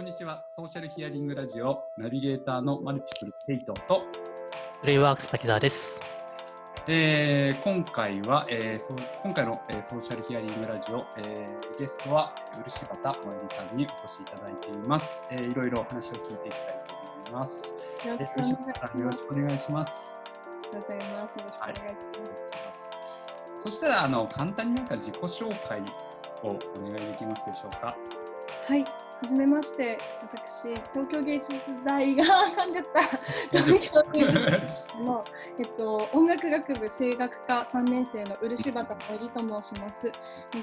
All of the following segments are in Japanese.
んにちは。ソーシャルヒアリングラジオナビゲーターのマルチプルヘイトとプレイワークス滝沢です。 今回の、ソーシャルヒアリングラジオ、ゲストは漆畑萌里さんにお越しいただいています。いろいろお話を聞いていきたいと思います。漆畑さん、よろしくお願いします。 ありがとうございます。よろしくお願いします。 そしたら簡単に自己紹介をお願いできますでしょうか。 はい。はじめまして、私、東京芸術大が噛んじゃった東京芸術大の、音楽学部声楽科3年生の漆畑萌里と申します。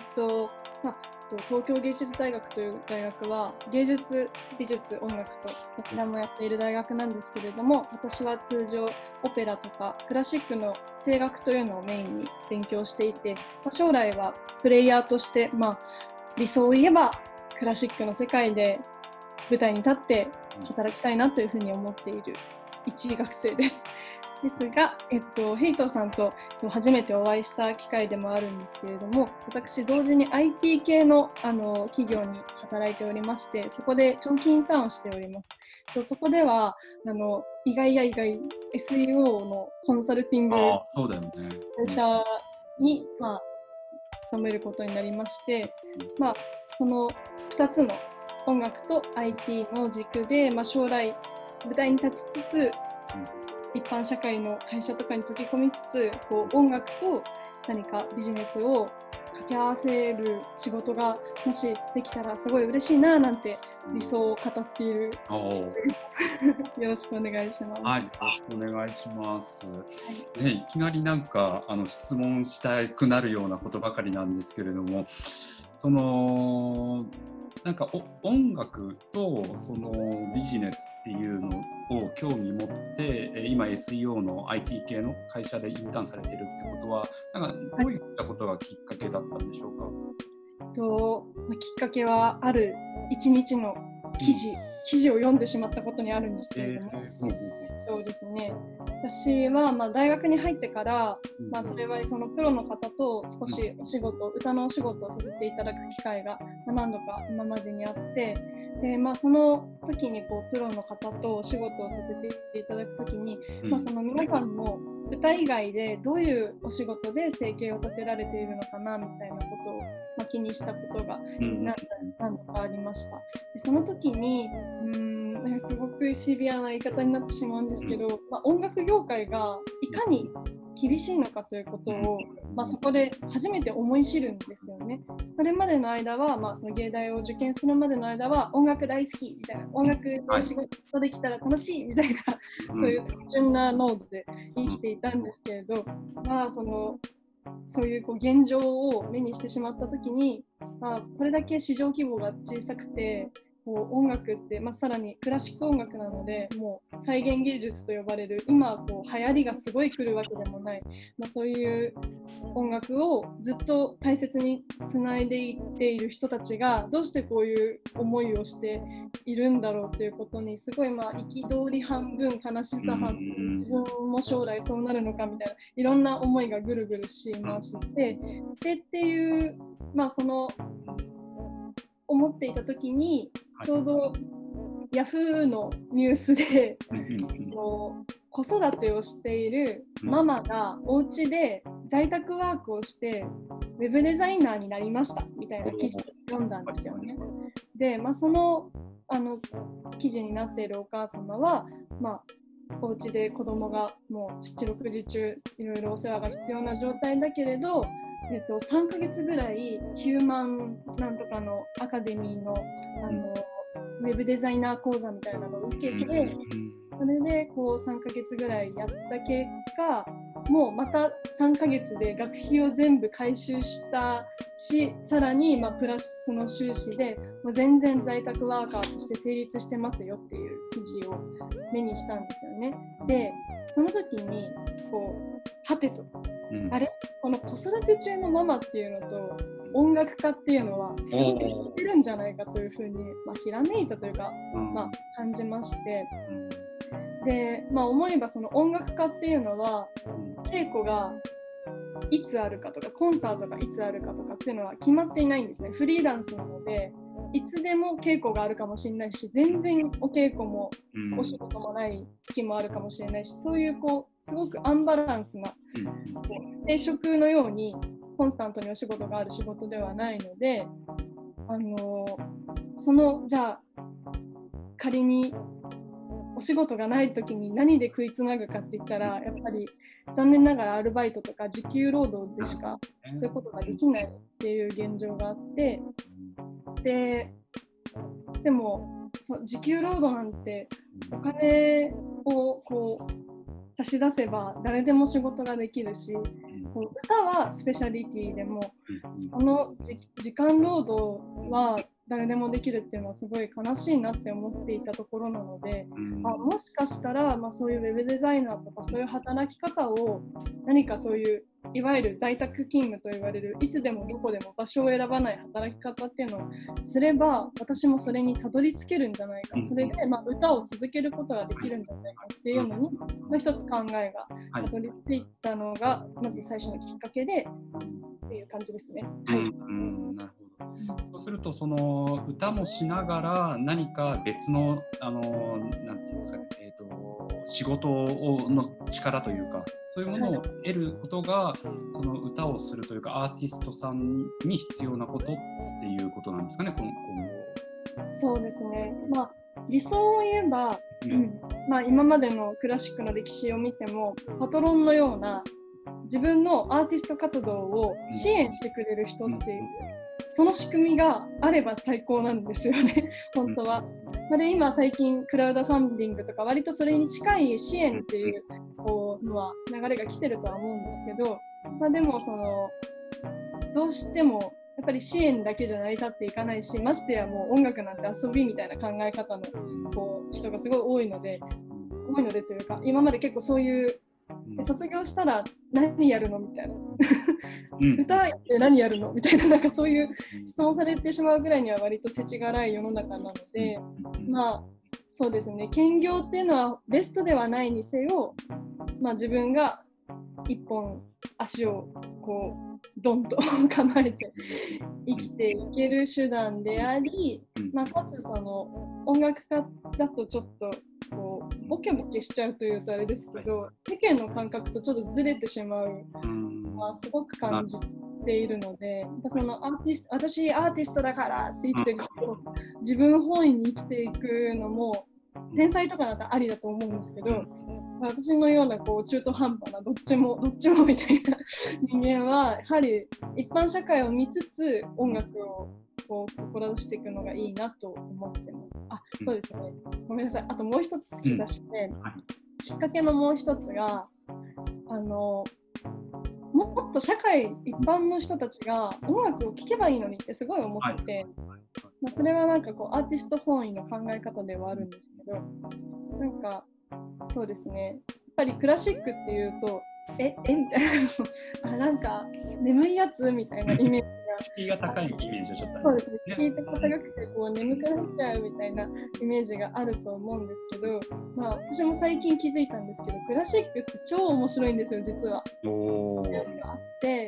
東京芸術大学という大学は芸術、美術、音楽とこちらもやっている大学なんですけれども、私は通常オペラとかクラシックの声楽というのをメインに勉強していて、将来はプレイヤーとして、理想を言えばクラシックの世界で舞台に立って働きたいなというふうに思っている一学生です。ですが、ヘイトさんと初めてお会いした機会でもあるんですけれども、私同時に IT 系の、企業に働いておりまして、そこで長期インターンをしております。そこでは意外 SEO のコンサルティング会社に、勤めることになりまして、その2つの音楽と IT の軸で、将来舞台に立ちつつ、一般社会の会社とかに溶け込みつつ、音楽と何かビジネスを掛け合わせる仕事がもしできたらすごい嬉しいななんて理想を語っている人です。よろしくお願いします。 はい、よろしくお願いします。いきなり質問したくなるようなことばかりなんですけれども、音楽とビジネスっていうのを興味持って今 SEO の IT 系の会社でインターンされてるってことはどういったことがきっかけだったんでしょうか。 きっかけはある一日の記事を読んでしまったことにあるんですけれども、そうですね、私は大学に入ってから、幸いそのプロの方と少し歌のお仕事をさせていただく機会が何度か今までにあって、でその時にプロの方とお仕事をさせていただく時に、その皆さんの歌以外でどういうお仕事で生計を立てられているのかなみたいなことを気にしたことが何度かありました。でその時にすごくシビアな言い方になってしまうんですけど、音楽業界がいかに厳しいのかということを、そこで初めて思い知るんですよね。それまでの間は、その芸大を受験するまでの間は音楽大好きみたいな、音楽で仕事できたら楽しいみたいな、そういう単純な濃度で生きていたんですけれど、そういう現状を目にしてしまったときに、これだけ市場規模が小さくて、音楽って、さらにクラシック音楽なので、もう再現芸術と呼ばれる、今流行りがすごい来るわけでもない、そういう音楽をずっと大切につないでいっている人たちがどうしてこういう思いをしているんだろうということにすごい憤り半分悲しさ半分、自分も将来そうなるのかみたいないろんな思いがぐるぐるしまして、でっていうその思っていた時にちょうどヤフーのニュースで子育てをしているママがお家で在宅ワークをしてウェブデザイナーになりましたみたいな記事を読んだんですよね。で、その記事になっているお母様は、お家で子供がもう四六時中いろいろお世話が必要な状態だけれど、3ヶ月ぐらいヒューマンなんとかのアカデミーの、ウェブデザイナー講座みたいなのを受けて、それで3ヶ月ぐらいやった結果、もうまた3ヶ月で学費を全部回収したし、さらにプラスの収支でもう全然在宅ワーカーとして成立してますよっていう記事を目にしたんですよね。で、その時にはてと、あれこの子育て中のママっていうのと音楽家っていうのはすごく似てるんじゃないかというふうに、ひらめいたというか、感じまして、で、思えばその音楽家っていうのは稽古がいつあるかとかコンサートがいつあるかとかっていうのは決まっていないんですね。フリーランスなのでいつでも稽古があるかもしれないし、全然お稽古もお仕事もない月もあるかもしれないし、そういうすごくアンバランスな、定職のようにコンスタントにお仕事がある仕事ではないので、じゃあ仮にお仕事がない時に何で食いつなぐかって言ったら、やっぱり残念ながらアルバイトとか時給労働でしかそういうことができないっていう現状があって、でも時給労働なんてお金を差し出せば誰でも仕事ができるし、歌はスペシャリティでもその時間労働は誰でもできるっていうのはすごい悲しいなって思っていたところなので、もしかしたら、そういうウェブデザイナーとかそういう働き方を何かそういういわゆる在宅勤務と言われるいつでもどこでも場所を選ばない働き方っていうのをすれば私もそれにたどり着けるんじゃないか、それで歌を続けることができるんじゃないかっていうのに一つ考えがたどり着いたのがまず最初のきっかけでっていう感じですね。 なるほど。そうするとその歌もしながら何か別のなんていうんですかね、仕事の力というかそういうものを得ることがその歌をするというかアーティストさんに必要なことっていうことなんですかね、今後。 そうですね。理想を言えば、今までのクラシックの歴史を見てもパトロンのような自分のアーティスト活動を支援してくれる人っていう、その仕組みがあれば最高なんですよね本当は。で今最近クラウドファンディングとか割とそれに近い支援っていうのは流れが来てるとは思うんですけど、でもどうしてもやっぱり支援だけじゃ成り立っていかないし、ましてやもう音楽なんて遊びみたいな考え方の人がすごい多いのでというか、今まで結構そういう卒業したら何やるのみたいな歌って何やるのみたいな、なんかそういう質問されてしまうぐらいには割と世知辛い世の中なので、そうですね、兼業っていうのはベストではないにせよ、自分が一本足をドンと構えて生きていける手段であり、かつ音楽家だとちょっとボケボケしちゃうというとあれですけど、世間の感覚とちょっとずれてしまうすごく感じているので、私アーティストだからって言って自分本位に生きていくのも天才とかだったらありだと思うんですけど、私のような中途半端などっちもみたいな人間はやはり一般社会を見つつ音楽を志していくのがいいなと思ってます。そうですね。ごめんなさい。あともう一つ突き出して、きっかけのもう一つがもっと社会一般の人たちが音楽を聴けばいいのにってすごい思ってて、それはなんかアーティスト本位の考え方ではあるんですけど、なんかそうですね、やっぱりクラシックっていうとみたいななんか眠いやつみたいなイメージ敷居が高いイメージはちょっとあります。そうですね、敷居が高くて眠くなっちゃうみたいなイメージがあると思うんですけど、私も最近気づいたんですけど、クラシックって超面白いんですよ、実は。あって、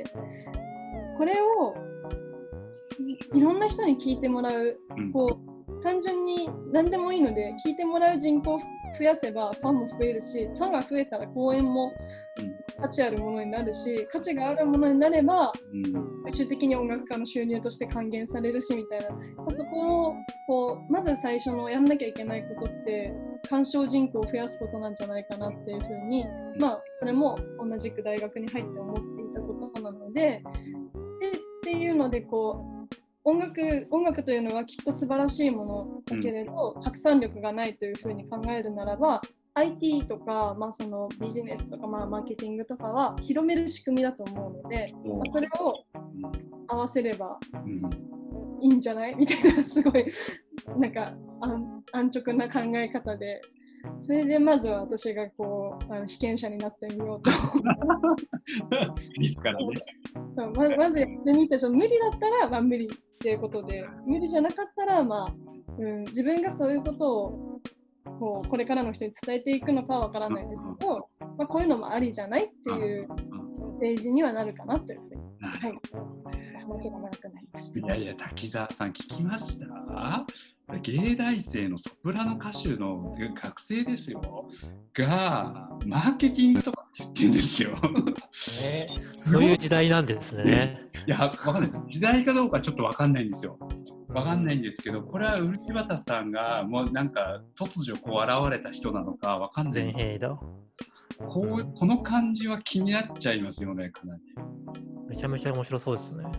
これをいろんな人に聞いてもらう、単純に何でもいいので聞いてもらう人口を増やせばファンも増えるし、ファンが増えたら公演も価値あるものになるし、価値があるものになれば最終的に音楽家の収入として還元されるしみたいな、そこをまず最初のやんなきゃいけないことって鑑賞人口を増やすことなんじゃないかなっていうふうに、それも同じく大学に入って思っていたことなので、っていうので音楽というのはきっと素晴らしいものだけれど、拡散力がないというふうに考えるならば IT とか、そのビジネスとか、マーケティングとかは広める仕組みだと思うので、それを合わせればいいんじゃないみたいな、すごいなんか安直な考え方で、それでまずは私が被験者になってみようと自らね。 まずやってみて、無理だったら無理っていうことで、無理じゃなかったら自分がそういうことをこれからの人に伝えていくのかはわからないですけど、こういうのもありじゃないっていうページにはなるかなというふうにはい、ちょっと話が長くなりました。 いやいや、滝沢さん聞きました？芸大生のソプラノ歌手の学生ですよがマーケティングとか言ってるんですよ。 そういう時代なんですね。 いや、わかんない。時代かどうかちょっとわかんないんですよ。わかんないんですけど、これは漆畑さんがもうなんか突如こう現れた人なのかわかんない。 全兵だ。 この感じは気になっちゃいますよね、かなり。 めちゃめちゃ面白そうですね。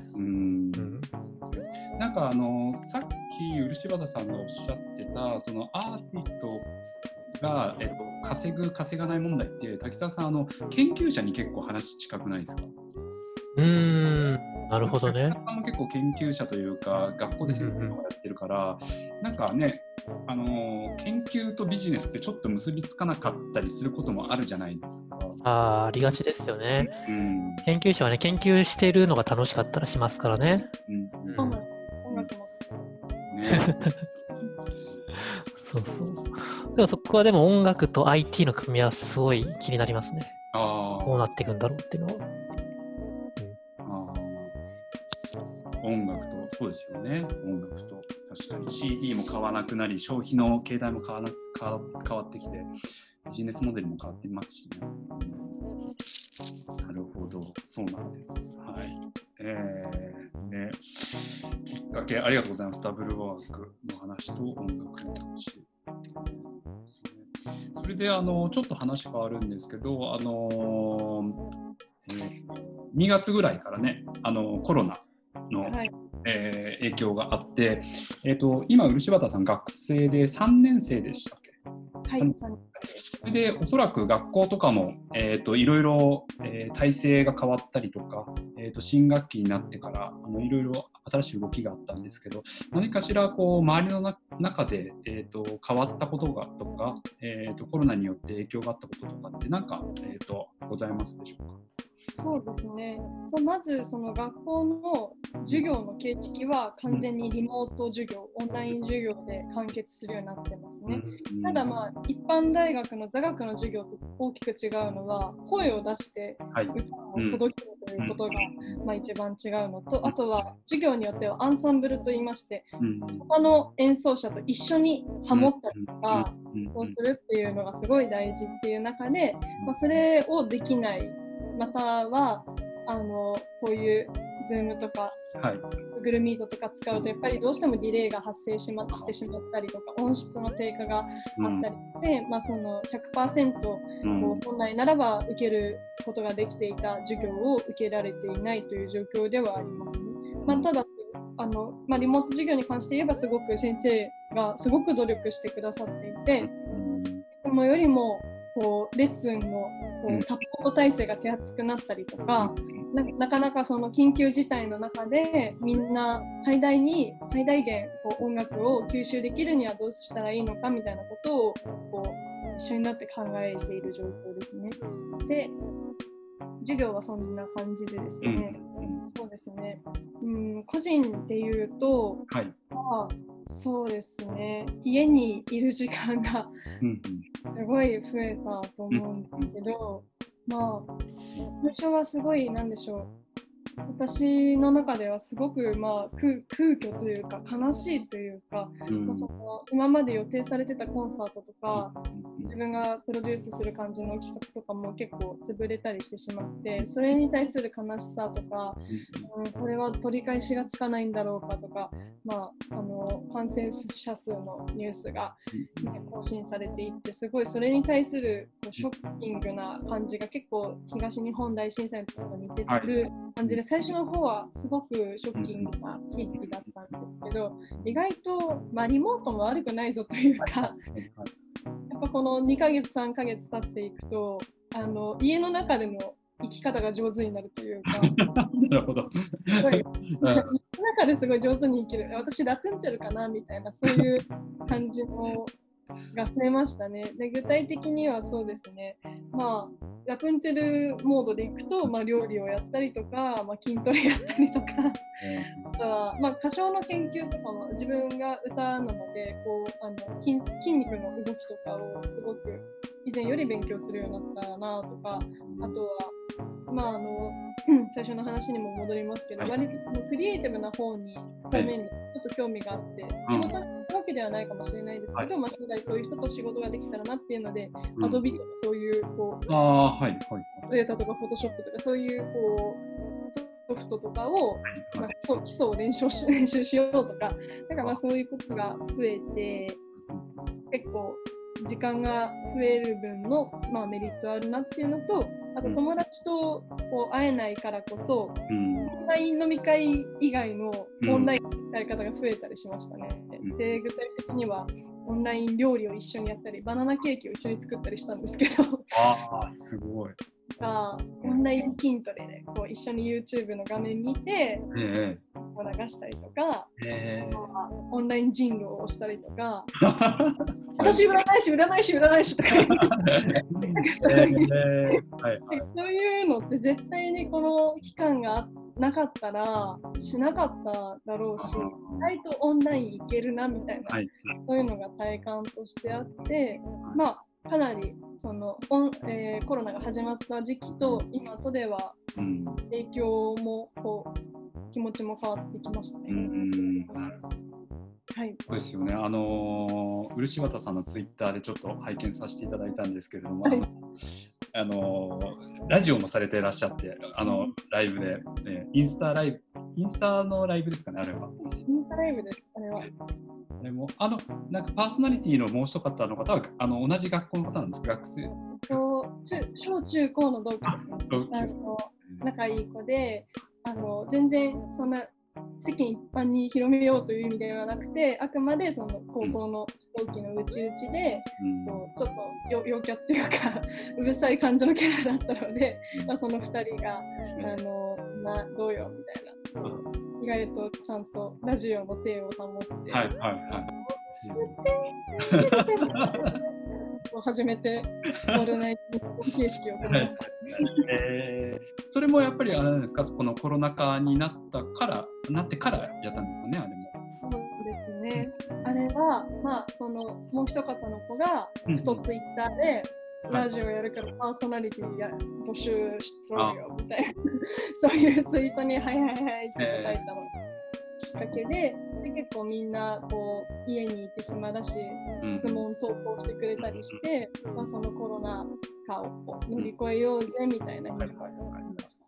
なんかさっき漆畑さんがおっしゃってたそのアーティストが、稼ぐ稼がない問題って滝沢さん研究者に結構話近くないですか？ なるほどね。 結構研究者というか学校で先生とかやってるから、なんかね研究とビジネスってちょっと結びつかなかったりすることもあるじゃないですか。 ありがちですよね。研究者はね、研究してるのが楽しかったらしますからね。 音楽も。 そうそう。でもそこはでも音楽と IT の組み合わせすごい気になりますね。どうなっていくんだろうっていうのは。 音楽と、そうですよね。音楽と、確かに CD も買わなくなり、消費の形態も変わってきて、ビジネスモデルも変わってますしね。なるほど、そうなんです。はい。ね、きっかけ、ありがとうございます。ダブルワークの話と音楽の話。それでちょっと話変わるんですけど、2月ぐらいからね、コロナの、影響があって、今、漆畑さん、学生で3年生でしたっけ？ はい、 それでおそらく学校とかも、いろいろ、体制が変わったりとか、新学期になってからいろいろ新しい動きがあったんですけど、何かしらこう周りの中で、変わったことがとか、コロナによって影響があったこととかって何か、ございますでしょうか？ そうですね。まずその学校の授業の形式は完全にリモート授業、オンライン授業で完結するようになってますね。ただ一般大学の座学の授業と大きく違うのは声を出して歌を届けるということが一番違うのと、あとは授業によってはアンサンブルといいまして、他の演奏者と一緒にハモったりとか、そうするっていうのがすごい大事っていう中で、それをできない。またはこういうZoom とか、Google Meet とか使うとやっぱりどうしてもディレイが発生してしまったりとか音質の低下があったりで、その 100% 本来ならば受けることができていた授業を受けられていないという状況ではありますね。ただリモート授業に関して言えばすごく先生がすごく努力してくださっていて、いつもよりもレッスンのサポート体制が手厚くなったりとか、なかなかその緊急事態の中でみんな最大限音楽を吸収できるにはどうしたらいいのかみたいなことを一緒になって考えている状況ですね。で、授業はそんな感じでですね、そうですね、個人で言うと、そうですね、家にいる時間がすごい増えたと思うんですけど、最初はすごい、なんでしょう、私の中ではすごく空虚というか悲しいというか、その今まで予定されてたコンサートとか自分がプロデュースする感じの企画とかも結構潰れたりしてしまって、それに対する悲しさとか、これは取り返しがつかないんだろうかとか、感染者数のニュースが更新されていって、すごいそれに対するショッキングな感じが結構東日本大震災の時と似てる感じで、最初の方はすごくショッキングな日々だったんですけど、意外とリモートも悪くないぞというか、やっぱこの2ヶ月3ヶ月経っていくと家の中での生き方が上手になるというかなるほどすごい家の中ですごい上手に生きる、私ラプンツェルかなみたいな、そういう感じのが増えましたね。で、具体的にはそうですね、ラプンツェルモードでいくと、料理をやったりとか、筋トレやったりとかあとは、歌唱の研究とかも自分が歌なので筋肉の動きとかをすごく以前より勉強するようになったなとか、あとは最初の話にも戻りますけど、割とクリエイティブな方面にちょっと興味があって、仕事に行くわけではないかもしれないですけど、将来そういう人と仕事ができたらなっていうので、Adobe とかそういうこう、データとか Photoshop とかそういうこうソフトとかを、基礎を練習しようとか、だからそういうことが増えて、結構時間が増える分の、メリットあるなっていうのと、あと友達とこう会えないからこそ、オンライン飲み会以外のオンラインの使い方が増えたりしましたね。で、具体的にはオンライン料理を一緒にやったり、バナナケーキを一緒に作ったりしたんですけど。 すごい。 オンライン筋トレでこう一緒に YouTube の画面見て、流したりとか、オンライン人狼をしたりとか、私占い師とかそういうのって絶対にこの期間がなかったらしなかっただろうし、意外とオンラインいけるなみたいな、そういうのが体感としてあって、かなりそのコロナが始まった時期と今とでは影響もこう気持ちも変わってきましたね。 そうですよね。漆畑さんのツイッターでちょっと拝見させていただいたんですけれども、ラジオもされていらっしゃって、ライブで、インスタのライブですかね、あれは。 インスタライブです、あれは。 でもなんかパーソナリティのもう一方の方は同じ学校の方なんですか、学生？ 小中高の同期ですね。仲いい子で、全然そんな世間一般に広めようという意味ではなくて、あくまでその高校の同期のうちうちで、こうちょっと陽キャっていうかうるさい感じのキャラだったので、その2人がどうよみたいな。意外とちゃんとラジオの体を保って、初めてオールナイト形式を取りました。 それもやっぱりあれなんですか、このコロナ禍になってからやったんですかね、あれも。 そうですね。あれはそのもう一方の子がふとツイッターで、ラジオやるからパーソナリティ募集しとるよみたいなそういうツイートにはいって答えたのがきっかけで、結構みんなこう家にいて暇だし質問投稿してくれたりして、そのコロナ禍を乗り越えようぜみたいな意味がありました。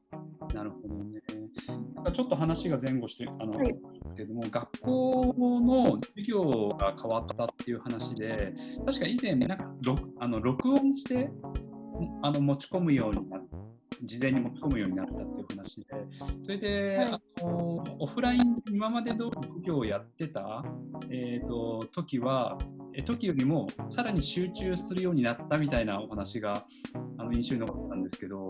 なるほどね。ちょっと話が前後してですけども、学校の授業が変わったっていう話で、確か以前なんか録音して持ち込むようになった。事前に持ち込むようになったっていう話で、それで、オフライン今まで通り授業をやってた、時よりもさらに集中するようになったみたいなお話が印象に残ったんですけど、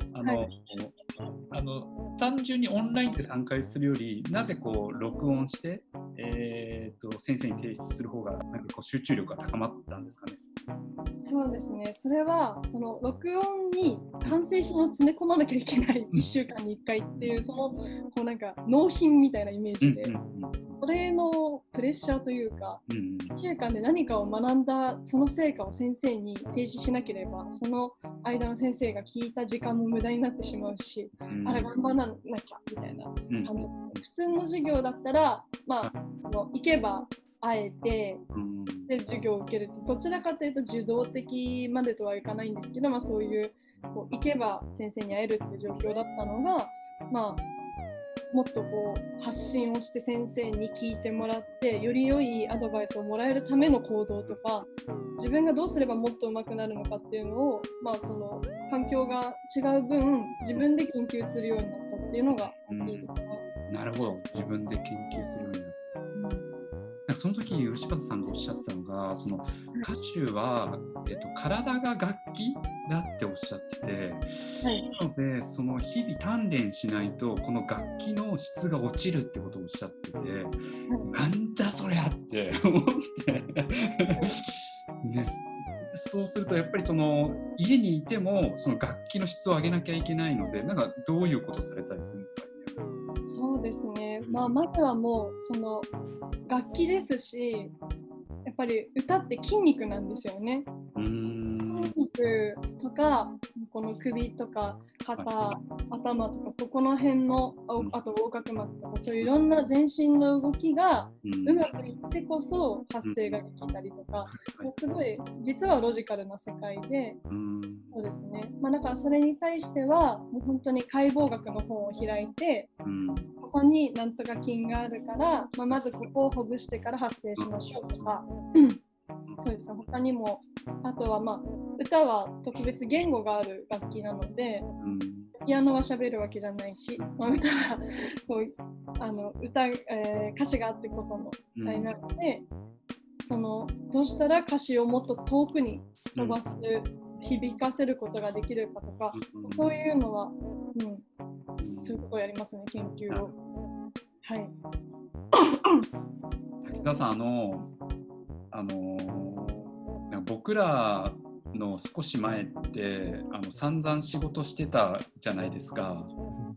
単純にオンラインで参加するより、なぜこう録音して、先生に提出する方がなんかこう集中力が高まったんですかね。 そうですね。それはその録音に完成品を詰め込まなきゃいけない1週間に1回っていう、そのこうなんか納品みたいなイメージで、それのプレッシャーというか、1週間で何かを学んだその成果を先生に提示しなければ、その間の先生が聞いた時間も無駄になってしまうし、あれ頑張らなきゃみたいな感じ。普通の授業だったら、その行けば会えて、で授業を受ける、どちらかというと受動的までとはいかないんですけど、そういうこう行けば先生に会えるっていう状況だったのが、もっとこう発信をして先生に聞いてもらって、より良いアドバイスをもらえるための行動とか、自分がどうすればもっと上手くなるのかっていうのを、その環境が違う分自分で研究するようになったっていうのがいいですね。 なるほど、自分で研究するようになった。その時漆畑さんがおっしゃってたのが、その歌手は、体が楽器だっておっしゃってて、なのでその日々鍛錬しないとこの楽器の質が落ちるってことをおっしゃってて、なんだそりゃって思ってね、そうするとやっぱりその家にいてもその楽器の質を上げなきゃいけないので、なんかどういうことされたりするんですか？ そうですね、まずはもうその楽器ですし、やっぱり歌って筋肉なんですよね。筋肉とかこの首とか肩、頭とかここの辺のあと横隔膜とかそういういろんな全身の動きがうまくいってこそ発声ができたりとか、すごい実はロジカルな世界で、そうですね、だからそれに対してはもう本当に解剖学の本を開いて、ここになんとか筋があるから、まずここをほぐしてから発声しましょうとか、そうですね、他にもあとは歌は特別言語がある楽器なので、ピアノは喋るわけじゃないし、歌はこう歌詞があってこそのあれなので、どうしたら歌詞をもっと遠くに飛ばす、響かせることができるかとか、そういうのは、そういうことをやりますね、研究を。はい。 滝田さん、僕らの少し前って散々仕事してたじゃないですか。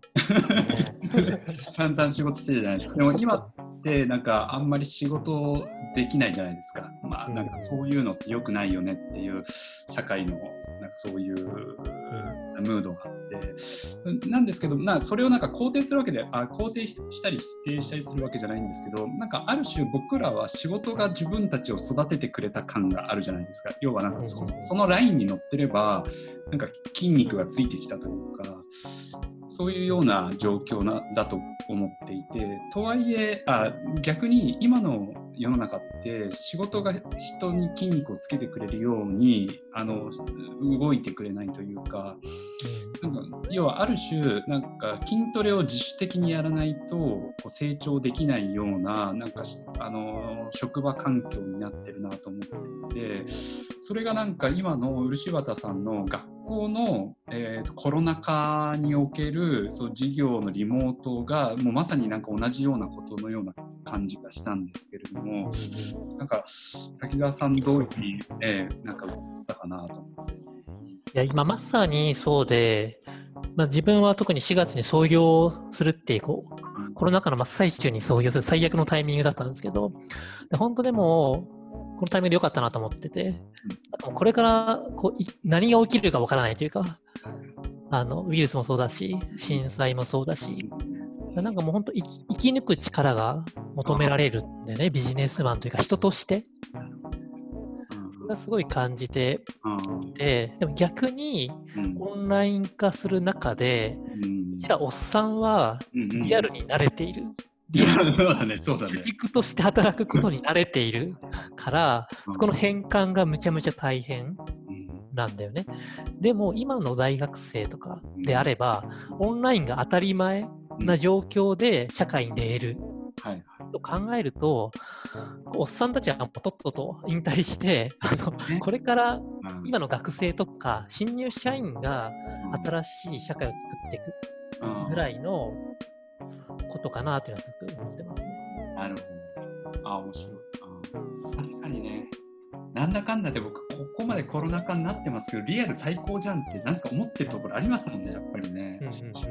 散々仕事してるじゃないですか。でも今ってなんかあんまり仕事できないじゃないですか。なんかそういうのって良くないよねっていう社会のなんかそういうムードがあってなんですけど、それをなんか肯定するわけで肯定したり否定したりするわけじゃないんですけど、なんかある種僕らは仕事が自分たちを育ててくれた感があるじゃないですか。要はなんかそのラインに乗ってればなんか筋肉がついてきたというか、そういうような状況だと思っていて、とはいえ逆に今の世の中って仕事が人に筋肉をつけてくれるように動いてくれないというか、なんか要はある種なんか筋トレを自主的にやらないとこう成長できないようななんか職場環境になってるなと思っていて、それがなんか今の漆畑さんの学校の、コロナ禍におけるそう授業のリモートがもうまさになんか同じようなことのような感じがしたんですけれども、なんか滝沢さんどういうふうに、なんか思ったかなと思って。いや今まさにそうで、自分は特に4月に創業するっていうコロナ禍の真っ最中に創業する最悪のタイミングだったんですけど、本当でもこのタイミングで良かったなと思ってて、これから何が起きるかわからないというか、ウイルスもそうだし震災もそうだし、なんかもう本当生き抜く力が求められるんでね、ビジネスマンというか人としてそれはすごい感じてでも逆にオンライン化する中で、うちらおっさんはリアルに慣れている、主軸として働くことに慣れているから、そこの変換がむちゃむちゃ大変なんだよね。でも今の大学生とかであれば、オンラインが当たり前な状況で社会に出ると考えると、おっさんたちはとっとと引退してこれから今の学生とか新入社員が新しい社会を作っていくぐらいのことかなっていうのはすごく思ってますね。 なるほど。面白い。確かにね。なんだかんだで僕ここまでコロナ禍になってますけど、リアル最高じゃんってなんか思ってるところありますもんね、やっぱりね。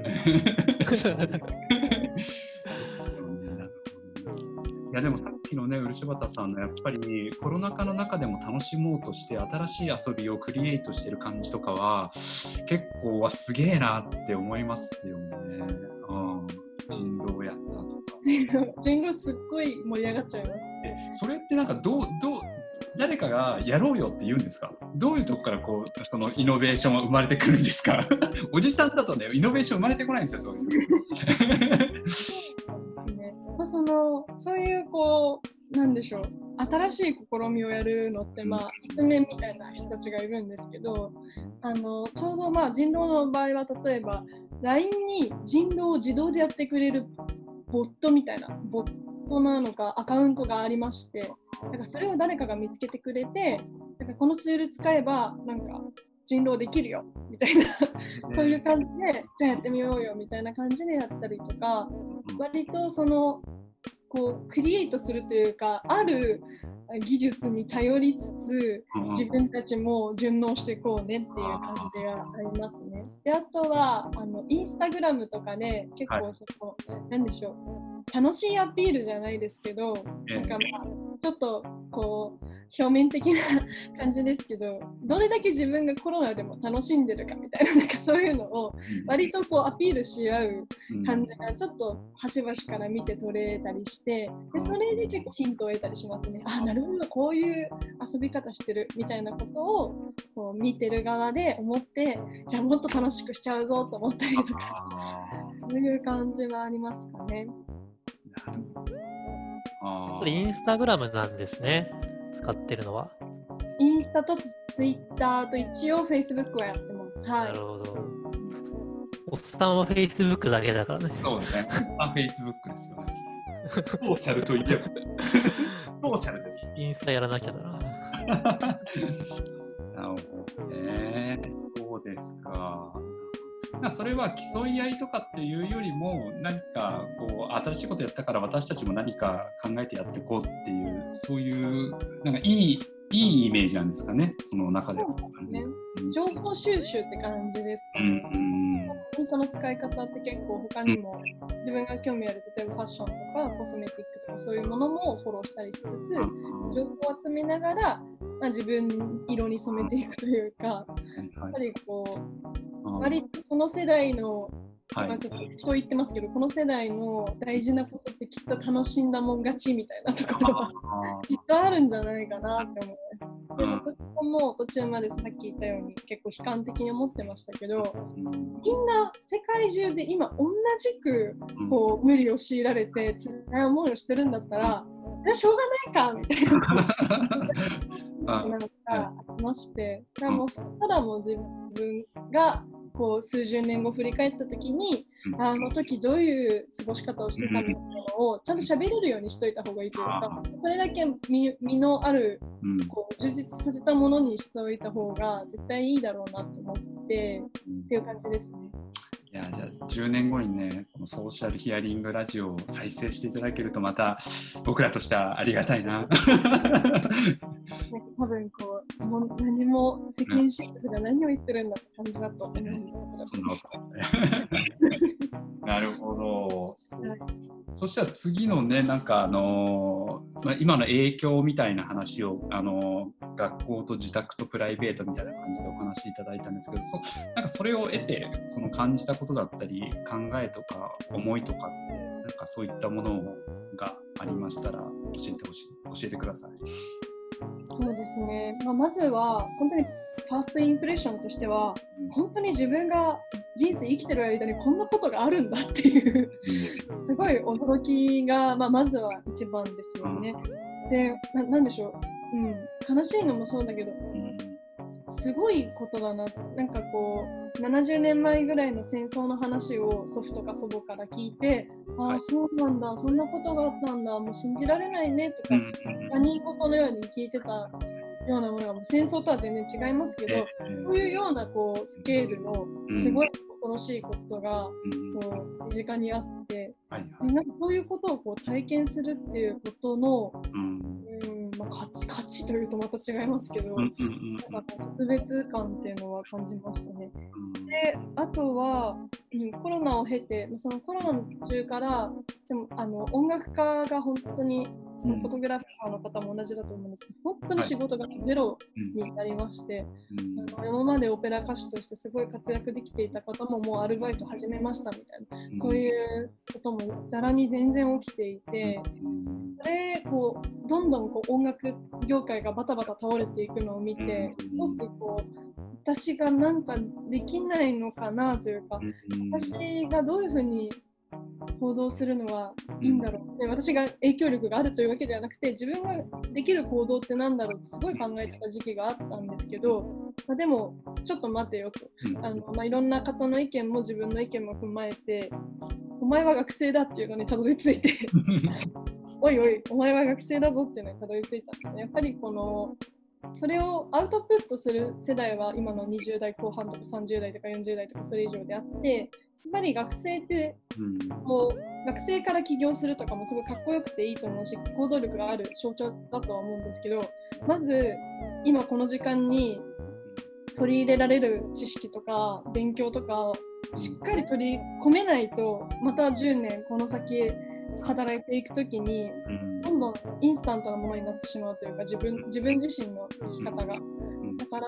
いやでもさっきのね漆畑さんのやっぱりコロナ禍の中でも楽しもうとして新しい遊びをクリエイトしてる感じとかは結構すげえなって思いますよね。人狼やったとか。 人狼すっごい盛り上がっちゃいます。 それってなんか誰かがやろうよって言うんですか？どういうとこからそのイノベーションは生まれてくるんですか？おじさんだとねイノベーション生まれてこないんですよ、そういうそういうなんでしょう、新しい試みをやるのって一面みたいな人たちがいるんですけど、ちょうど人狼の場合は例えば LINE に人狼を自動でやってくれるボットみたいなボットなのかアカウントがありまして、なんかそれを誰かが見つけてくれて、なんかこのツール使えばなんか人狼できるよみたいなそういう感じでじゃあやってみようよみたいな感じでやったりとか、割とクリエイトするというか、ある技術に頼りつつ自分たちも順応していこうねっていう感じがありますね。であとはインスタグラムとかで結構なんでしょう、楽しいアピールじゃないですけど、なんかちょっと表面的な感じですけど、どれだけ自分がコロナでも楽しんでるかみたいな、なんかそういうのを割とこうアピールし合う感じがちょっと端々から見て取れたりして、でそれで結構ヒントを得たりしますね。あ、なるほど、こういう遊び方してるみたいなことをこう見てる側で思って、じゃあもっと楽しくしちゃうぞと思ったりとか、そういう感じはありますかね。 これインスタグラムなんですね、使ってるのは。 インスタとツイッターと一応フェイスブックはやってます。はい。 なるほど。おっさんはフェイスブックだけだからね。 そうですね。フェイスブックですよね。ソーシャルといえば。ソーシャルです。 インスタやらなきゃだな。 なるほどね。そうですか。それは競い合いとかっていうよりも、何かこう新しいことやったから私たちも何か考えてやっていこうっていう、そういうなんかいいイメージなんですかね、その中では。 ね、情報収集って感じですかね。インスタの使い方って結構他にも自分が興味ある、例えばファッションとかコスメティックとかそういうものもフォローしたりしつつ、情報を集めながら、自分色に染めていくというか、やっぱりこう割とこの世代の、ちょっと人言ってますけど、この世代の大事なことってきっと楽しんだもん勝ちみたいなところはきっとあるんじゃないかなって思います。で私も途中までさっき言ったように結構悲観的に思ってましたけど、みんな世界中で今同じくこう無理を強いられて辛い思いをしてるんだったら、じゃあしょうがないかみたいななんかありまして、でもそしたらもう自分がこう数十年後振り返った時に、あの時どういう過ごし方をしてたのかをちゃんと喋れるようにしといた方がいいというか、それだけ身のあるこう充実させたものにしておいた方が絶対いいだろうなと思ってっていう感じですね。 いや、じゃあ10年後にね、このソーシャルヒアリングラジオを再生していただけるとまた僕らとしてはありがたいな。 多分こうもう何も世間知らずが何を言ってるんだって感じだと思うんですけど。なるほど。そしたら次のね、なんか今の影響みたいな話を学校と自宅とプライベートみたいな感じでお話しいただいたんですけど、なんかそれを得てその感じたことだったり考えとか思いとかってなんかそういったものがありましたら教えてください。 そうですね、まずは本当にファーストインプレッションとしては、本当に自分が人生生きてる間にこんなことがあるんだっていうすごい驚きが、まずは一番ですよね。で、なんでしょう、悲しいのもそうだけど、すごいことだな。なんかこう70年前ぐらいの戦争の話を祖父とか祖母から聞いて、そうなんだ、そんなことがあったんだ、もう信じられないねとか、他人事のように聞いてたようなものが、もう戦争とは全然違いますけど、そういうようなこうスケールのすごい恐ろしいことがこう身近にあって、なんかそういうことをこう体験するっていうことの、価値というとまた違いますけど、なんか特別感っていうのは感じましたね。で、あとは、コロナを経て、そのコロナの途中からでも音楽家が本当にフォトグラファーの方も同じだと思うんですけど、本当に仕事がゼロになりまして、今までオペラ歌手としてすごい活躍できていた方ももうアルバイト始めましたみたいな、そういうこともざらに全然起きていて、それこうどんどんこう音楽業界がバタバタ倒れていくのを見て、すごくこう私がなんかできないのかなというか、私がどういうふうに行動するのはいいんだろう、私が影響力があるというわけではなくて、自分ができる行動ってなんだろうってすごい考えてた時期があったんですけど、でもちょっと待てよと、いろんな方の意見も自分の意見も踏まえて、お前は学生だっていうのにたどり着いておいおいお前は学生だぞっていうのにたどり着いたんですね。やっぱりそれをアウトプットする世代は今の20代後半とか30代とか40代とかそれ以上であって、やっぱり学生ってもう学生から起業するとかもすごいかっこよくていいと思うし、行動力がある象徴だとは思うんですけど、まず今この時間に取り入れられる知識とか勉強とかをしっかり取り込めないと、また10年この先働いていくときにどんんどんインスタントなものになってしまうというか、自分自身の生き方が。だから、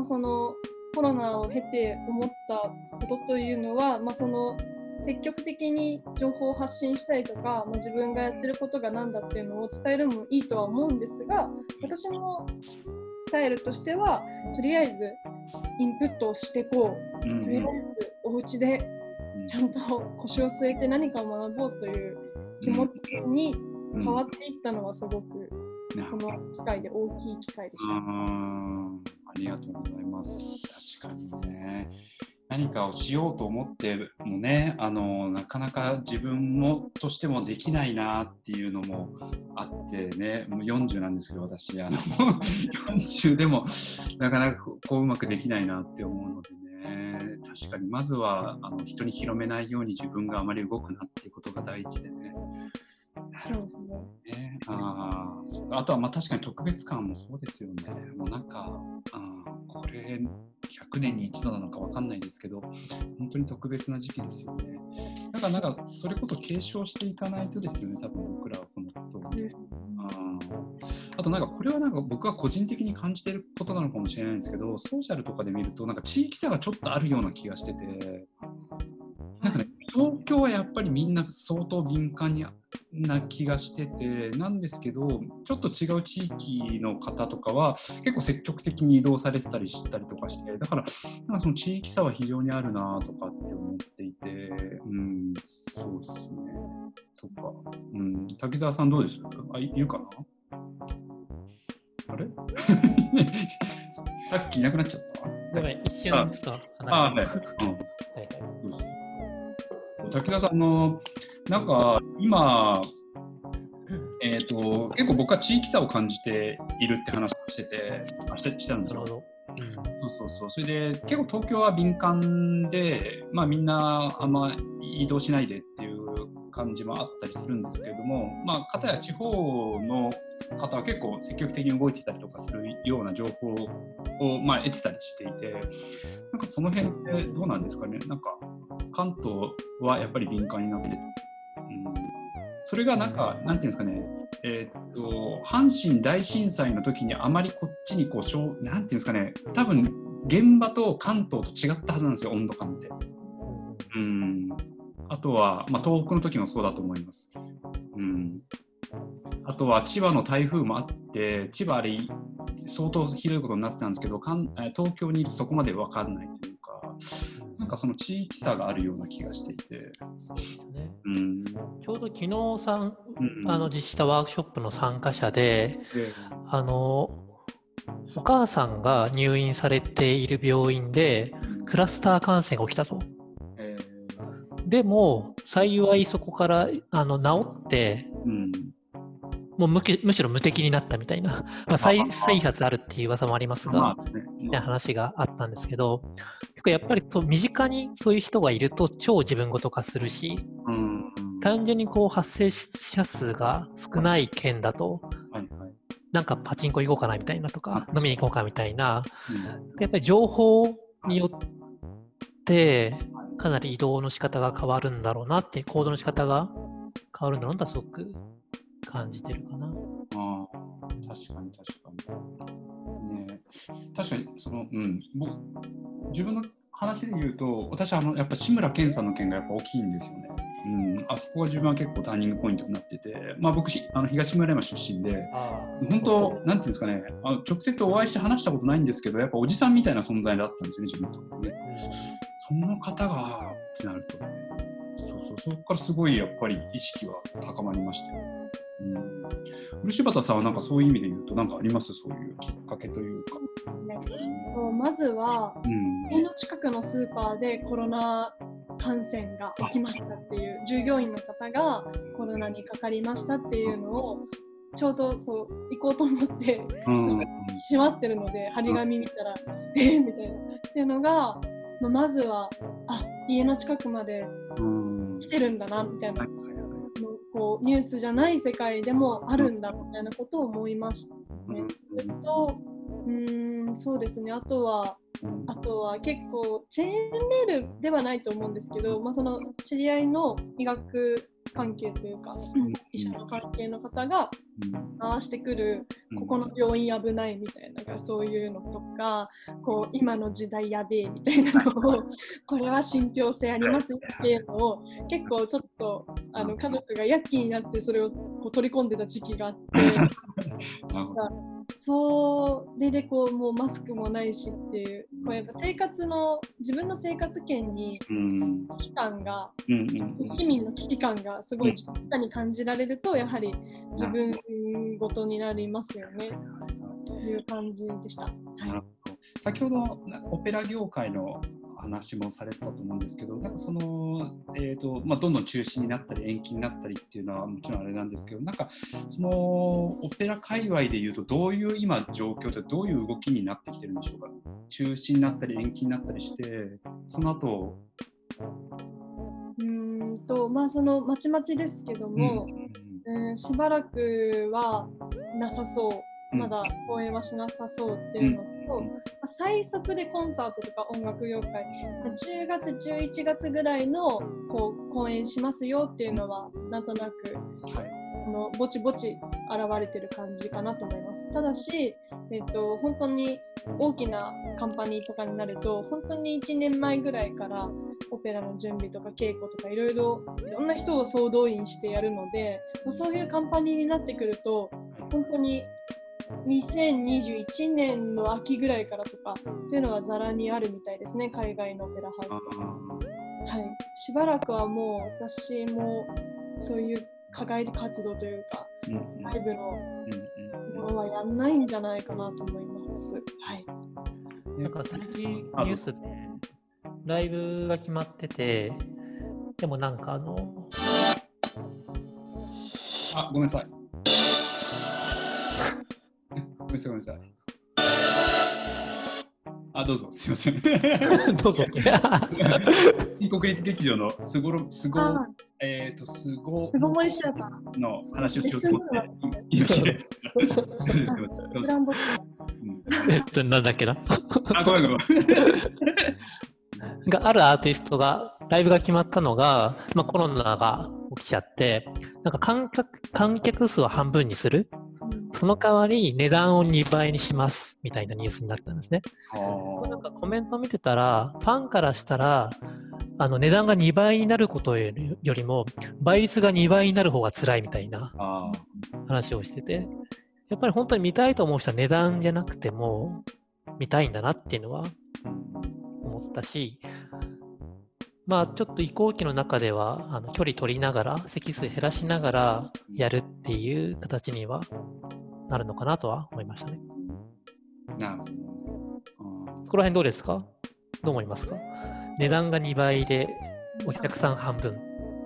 そのコロナを経て思ったことというのは、その積極的に情報を発信したりとか、自分がやってることが何だっていうのを伝えるのもいいとは思うんですが、私のスタイルとしてはとりあえずインプットをしていこう、とりあえずお家でちゃんと腰を据えて何かを学ぼうという気持ちに変わっていったのはすごくこの機会で大きい機会でした。 ありがとうございます。確かにね、何かをしようと思ってもね、なかなか自分もとしてもできないなっていうのもあってね、もう40なんですけど私40でもなかなかこううまくできないなって思うのでね、確かにまずは人に広めないように自分があまり動くなっていうことが第一でね。 そうですね。 そうか。あとは確かに特別感もそうですよね。もうなんかこれ100年に一度なのか分かんないですけど、本当に特別な時期ですよね。なんかそれこそ継承していかないとですよね、多分僕らはこのことをね。あとこれは僕は個人的に感じていることなのかもしれないんですけど、ソーシャルとかで見ると地域差がちょっとあるような気がしてて、東京はやっぱりみんな相当敏感な気がしてて、なんですけどちょっと違う地域の方とかは結構積極的に移動されてたりしたりとかして、だからその地域差は非常にあるなとかって思っていて、そうですね。そっか。滝沢さんどうです？いるかな？あれさっきいなくなっちゃった。 ごめん、一瞬ちょっと離れて。 滝沢さん今、結構僕は地域差を感じているって話をしたんですよ。それで結構東京は敏感で、みんなあんま移動しないでっていう感じもあったりするんですけれども、片や地方の方は結構積極的に動いてたりとかするような情報を得てたりしていて、その辺ってどうなんですかね。関東はやっぱり敏感になってる。それがなんていうんですかね、阪神大震災の時にあまりこっちになんていうんですかね、多分現場と関東と違ったはずなんですよ、温度感って。あとは、東北の時もそうだと思います。あとは千葉の台風もあって、千葉あれ相当ひどいことになってたんですけど、東京にいるとそこまで分かんないというか、その地域差があるような気がしていて。 ちょうど昨日実施したワークショップの参加者で、お母さんが入院されている病院でクラスター感染が起きたと。でも幸いそこから治って、もうむしろ無敵になったみたいな、再発あるっていう噂もありますが、話があったんですけど、結構やっぱり身近にそういう人がいると超自分ごと化するし、単純に発生者数が少ない県だと、パチンコ行こうかなみたいなとか、飲みに行こうかみたいな、やっぱり情報によってかなり移動の仕方が変わるんだろうなって、行動の仕方が変わるんだろうなとすごく感じてるかな。 確かに。ね、確かに自分の話で言うと、私はやっぱ志村けんさんの件がやっぱ大きいんですよね。あそこが自分は結構ターニングポイントになってて、僕東村山出身で、本当なんていうんですかね、直接お会いして話したことないんですけど、やっぱおじさんみたいな存在だったんですよね、自分とかね。その方がってなるとね、そこからすごいやっぱり意識は高まりましたよ。漆畑さんはそういう意味で言うとあります？そういうきっかけというか。 まずは、家の近くのスーパーでコロナ感染が起きましたっていう、従業員の方がコロナにかかりましたっていうのをちょうど行こうと思って、そしたら閉まってるので張り紙見たらみたいなっていうのが、まずは家の近くまで来てるんだなみたいな、ニュースじゃない世界でもあるんだみたいなことを思いましたね。それとそうですね、あとは結構チェーンメールではないと思うんですけど、その知り合いの医学関係というか、医者の関係の方が回してくる、ここの病院危ないみたいな、そういうのとか、こう今の時代やべえみたいなのをこれは信憑性ありますよっていうのを結構ちょっと家族が躍起になってそれをこう取り込んでた時期があってそれでこうもうマスクもないしっていう、こうやっぱ自分の生活圏に危機感が、市民の危機感がすごい実際に感じられると、やはり自分ごとになりますよねという感じでした。はい、 先ほどオペラ業界の話もされてたと思うんですけど、なんかその、どんどん中止になったり延期になったりっていうのはもちろんあれなんですけど、なんかそのオペラ界隈でいうとどういう今状況でどういう動きになってきてるんでしょうか。中止になったり延期になったりして、その後そのまちまちですけども、しばらくはなさそう、まだ公演はしなさそうっていうのと、最速でコンサートとか音楽業界、10月11月ぐらいのこう公演しますよっていうのはなんとなく、ぼちぼち現れてる感じかなと思います。ただし、本当に大きなカンパニーとかになると本当に1年前ぐらいからオペラの準備とか稽古とかいろんな人を総動員してやるので、そういうカンパニーになってくると本当に2021年の秋ぐらいからとかっていうのはザラにあるみたいですね、海外のオペラハウスとか。はい、しばらくはもう私もそういう課外活動というか、ライブのものはやんないんじゃないかなと思います。はい。 なんか最近ニュースでライブが決まってて、でもなんかごめんなさい。ごめんなさい。どうぞ、すいません。 どうぞ。 新国立劇場の巣ごもりシアターの話をちょっと今聞いてなんだっけな。 ごめん。 あるアーティストがライブが決まったのが、コロナが起きちゃって、なんか観客数を半分にする。その代わり値段を2倍にしますみたいなニュースになったんですね。なんかコメントを見てたら、ファンからしたら値段が2倍になることよりも倍率が2倍になる方が辛いみたいな話をしてて、やっぱり本当に見たいと思う人は値段じゃなくても見たいんだなっていうのは思ったし、ちょっと移行期の中では距離取りながら席数減らしながらやるっていう形にはなるのかなとは思いましたね。 なるほど。 そこら辺どうですか？どう思いますか？値段が2倍でお客さん半分。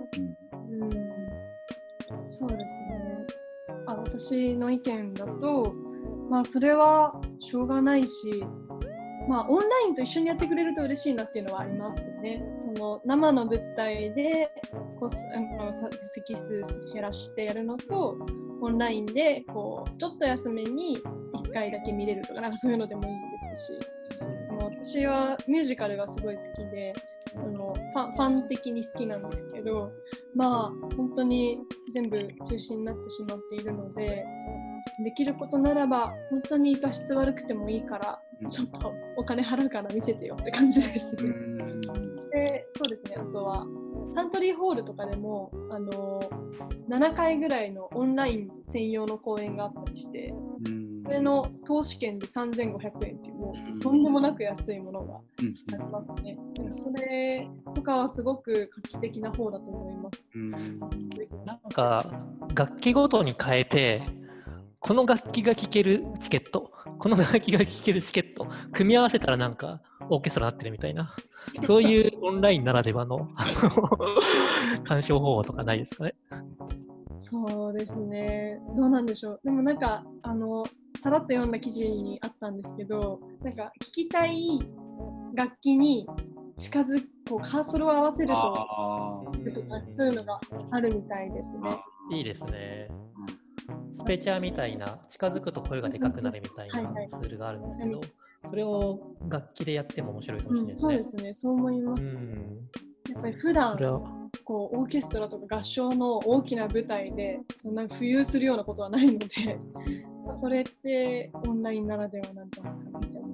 そうですね。私の意見だと、それはしょうがないし、オンラインと一緒にやってくれると嬉しいなっていうのはありますね。その生の舞台で席数減らしてやるのと、オンラインでちょっと休めに1回だけ見れるとか、なんかそういうのでもいいですし、私はミュージカルがすごい好きで、ファン的に好きなんですけど、本当に全部中止になってしまっているので、できることならば本当に画質悪くてもいいからちょっとお金払うから見せてよって感じですね。で、そうですね。あとはサントリーホールとかでも7回ぐらいのオンライン専用の公演があったりして、それの投資券で3500円っていうもうとんでもなく安いものがありますね。それとかはすごく画期的な方だと思います。 なんか楽器ごとに変えて、この楽器が聴けるチケット、この楽器が聴けるチケット組み合わせたらなんかオーケストラになってるみたいな、そういうオンラインならではの鑑賞方法とかないですかね。 そうですね。どうなんでしょう。でもなんかさらっと読んだ記事にあったんですけど、なんか聴きたい楽器に近づくカーソルを合わせるとそういうのがあるみたいですね。 いいですね。スペチャーみたいな近づくと声がでかくなるみたいなツールがあるんですけど、それを楽器でやっても面白いかもしれないですね。 そうですね。そう思います。やっぱり普段こうオーケストラとか合唱の大きな舞台でそんな浮遊するようなことはないのでそれってオンラインならではなんじゃないかなって思います。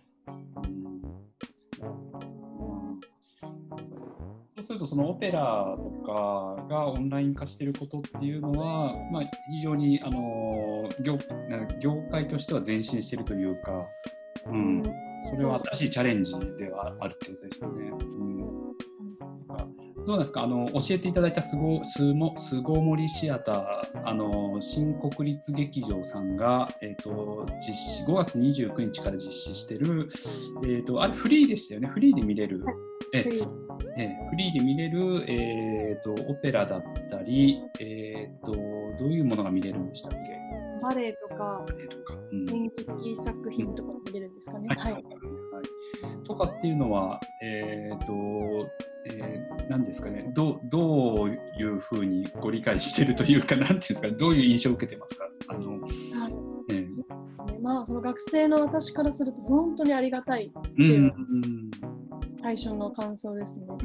そうするとそのオペラとかがオンライン化していることっていうのは、まあ、非常に業界としては前進しているというか、それは新しいチャレンジではあるってことですよね。どうですか、教えていただいた巣ごもりシアター、新国立劇場さんが、実施5月29日から実施している、あれフリーでしたよね。フリーで見れる、フリーで見れる、オペラだったり、どういうものが見れるんでしたっけ？ バレエとか演劇作品とか見れるんですかね。 とかっていうのは、何ですかね、どういうふうにご理解しているというか、なんていうんですかね、どういう印象を受けてますか？ まあその学生の私からすると本当にありがたいっていうのが最初の感想ですね。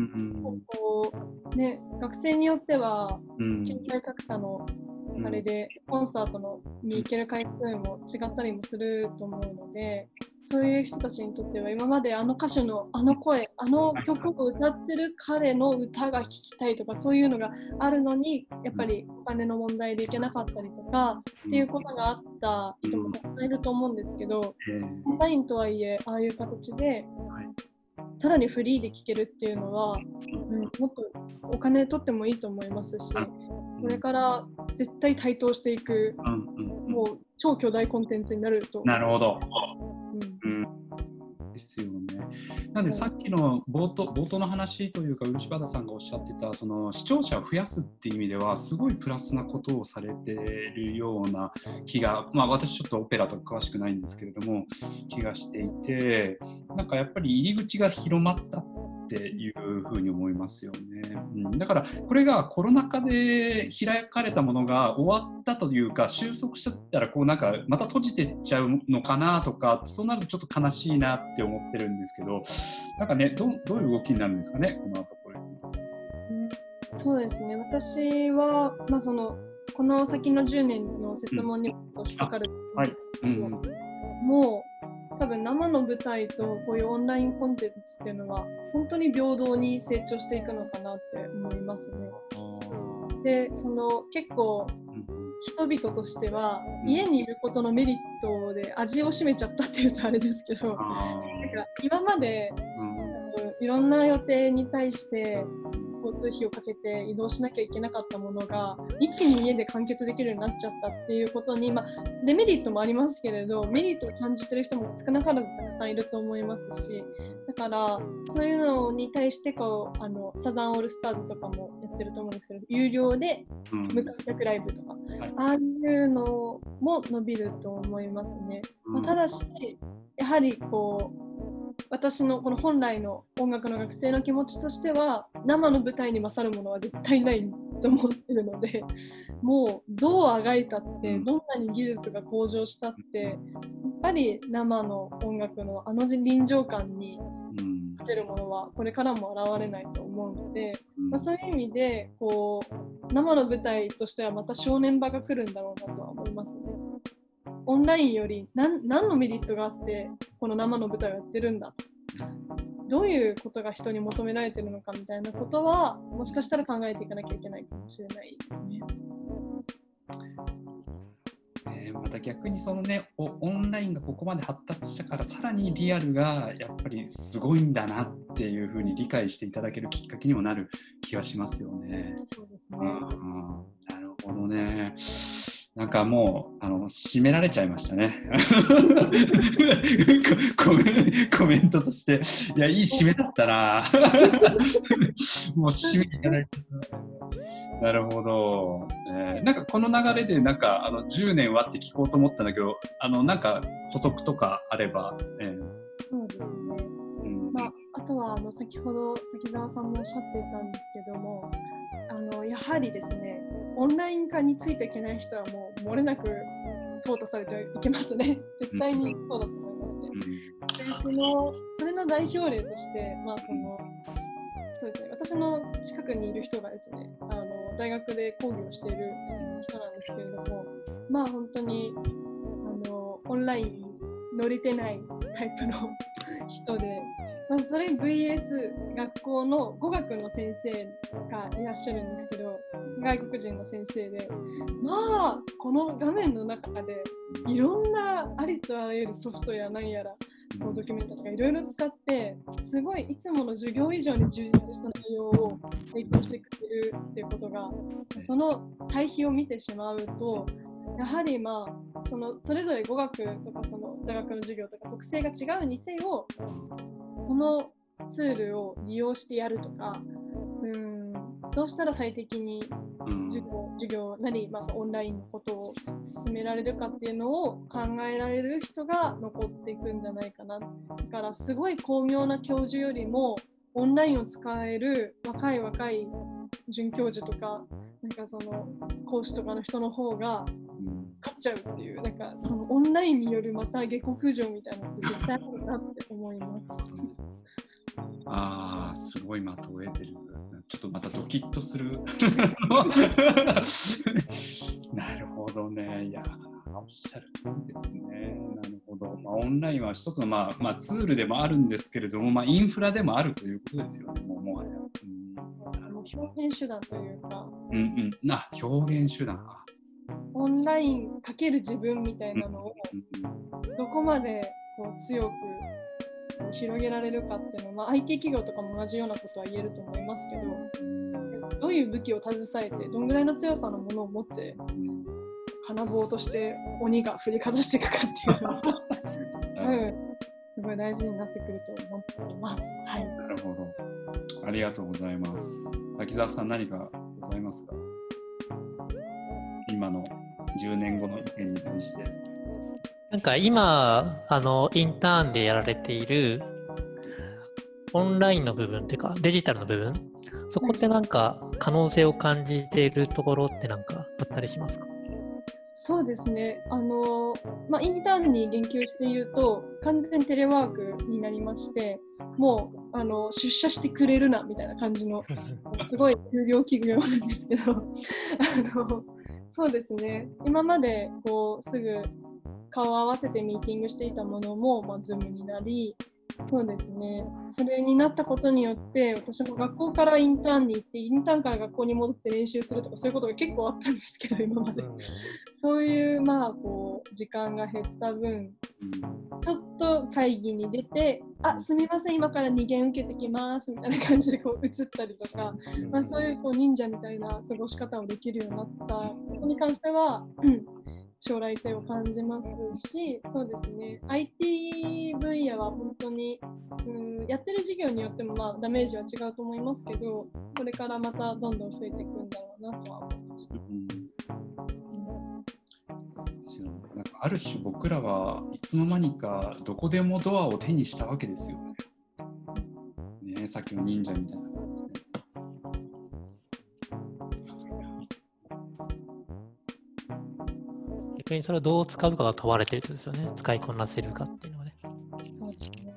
学生によっては経済格差のあれでコンサートに行ける回数も違ったりもすると思うので、そういう人たちにとっては今まであの歌手のあの声、あの曲を歌ってる彼の歌が聴きたいとかそういうのがあるのに、やっぱりお金の問題で行けなかったりとかっていうことがあった人もたくさんいると思うんですけど、オンラインとはいえああいう形でさらにフリーで聴けるっていうのは、もっとお金取ってもいいと思いますし、これから絶対台頭していく、もう超巨大コンテンツになると思います。 なるほど。ですよね。なのでさっきの冒頭の話というか、漆畑さんがおっしゃってたその視聴者を増やすっていう意味ではすごいプラスなことをされているような気が、私ちょっとオペラとか詳しくないんですけれども気がしていて、なんかやっぱり入り口が広まったっていうふうに思いますよね。だからこれがコロナ禍で開かれたものが終わったというか収束しちゃったらなんかまた閉じてっちゃうのかなとか、そうなるとちょっと悲しいなって思ってるんですけど、なんかね、どういう動きになるんですかね、この後これ。 そうですね、私は、この先の10年の設問にも引っかかるんですけど、もう多分生の舞台とこういうオンラインコンテンツっていうのは本当に平等に成長していくのかなって思いますね。で、結構人々としては家にいることのメリットで味を占めちゃったっていうとあれですけど、なんか今まで、いろんな予定に対して交通費をかけて移動しなきゃいけなかったものが一気に家で完結できるようになっちゃったっていうことに、デメリットもありますけれど、メリットを感じてる人も少なからずたくさんいると思いますし、だからそういうのに対してサザンオールスターズとかもやってると思うんですけど、有料で無観客ライブとか、ああいうのも伸びると思いますね。ただしやはり私のこの本来の音楽の学生の気持ちとしては、生の舞台に勝るものは絶対ないと思ってるので、もうどうあがいたってどんなに技術が向上したってやっぱり生の音楽の臨場感に勝てるものはこれからも現れないと思うので、そういう意味で生の舞台としてはまた正念場が来るんだろうなとは思いますね。オンラインより何のメリットがあってこの生の舞台をやってるんだ、どういうことが人に求められているのかみたいなことはもしかしたら考えていかなきゃいけないかもしれないですね。 また逆にオンラインがここまで発達したからさらにリアルがやっぱりすごいんだなっていうふうに理解していただけるきっかけにもなる気がしますよね。 そうですね。 なるほどね。なんかもう締められちゃいましたねコメントとして。いや、いい締めだったなもう締めいただいて。なるほど、なんかこの流れでなんか10年はって聞こうと思ったんだけど、なんか補足とかあれば。 そうですね、あとは先ほど滝沢さんもおっしゃっていたんですけども、やはりですね、オンライン化についていけない人はもう漏れなく淘汰されていけますね。絶対にそうだと思いますね。でそれの代表例として、 そうですね、私の近くにいる人がですね、大学で講義をしている人なんですけれども、まあ本当にオンラインに乗れてないタイプの人で、まあ、それ VS 学校の語学の先生がいらっしゃるんですけど、外国人の先生で、まあこの画面の中でいろんなありとあらゆるソフトや何やらドキュメントとかいろいろ使って、すごいいつもの授業以上に充実した内容を提供してくれるっていうことが、その対比を見てしまうと、やはりまあそれぞれ語学とかその座学の授業とか特性が違うにせよ、このツールを利用してやるとか、どうしたら最適に授業なり、まあ、オンラインのことを進められるかっていうのを考えられる人が残っていくんじゃないかな。だからすごい巧妙な教授よりもオンラインを使える若い准教授とか、なんかその講師とかの人の方が勝っちゃうっていう、なんかそのオンラインによるまた下克上みたいなのって絶対あるなって思います。 ああ、すごいまとえてる。ちょっとまたドキッとする。なるほどね。いや、おっしゃる通りですね。なるほど。まあ、オンラインは一つの、まあ、ツールでもあるんですけれども、まあ、インフラでもあるということですよね。もはや。 表現手段というか。 表現手段。 オンラインかける自分みたいなのをどこまでこう強く広げられるかっていうのは、IT 企業とかも同じようなことは言えると思いますけど、どういう武器を携えてどんぐらいの強さのものを持って金棒として鬼が振りかざしていくかっていうのはすごい大事になってくると思っています。はい。 なるほど。ありがとうございます。滝沢さん、何かございますか？今の10年後の意見に対して。 なんか今インターンでやられているオンラインの部分っていうかデジタルの部分、そこってなんか可能性を感じているところってなんかあったりしますか？ そうですね、インターンに言及していると完全にテレワークになりまして、もう出社してくれるなみたいな感じのすごい有料企業なんですけどそうですね、今までこうすぐ顔を合わせてミーティングしていたものも、Zoom になり、そうですね、それになったことによって私も学校からインターンに行ってインターンから学校に戻って練習するとかそういうことが結構あったんですけど、今までそういうこう時間が減った分、ちょっと会議に出てすみません今から2限受けてきますみたいな感じでこう移ったりとか、そういう忍者みたいな過ごし方をできるようになったことに関しては、将来性を感じますし、そうですね、IT 分野は本当にやってる事業によってもダメージは違うと思いますけど、これからまたどんどん増えていくんだろうなとは思いました。 なんかある種僕らはいつの間にかどこでもドアを手にしたわけですよね。さっきの忍者みたいな感じで。 逆にそれをどう使うかが問われているんですよね。使いこなせるかっていうのはね。 そうですね。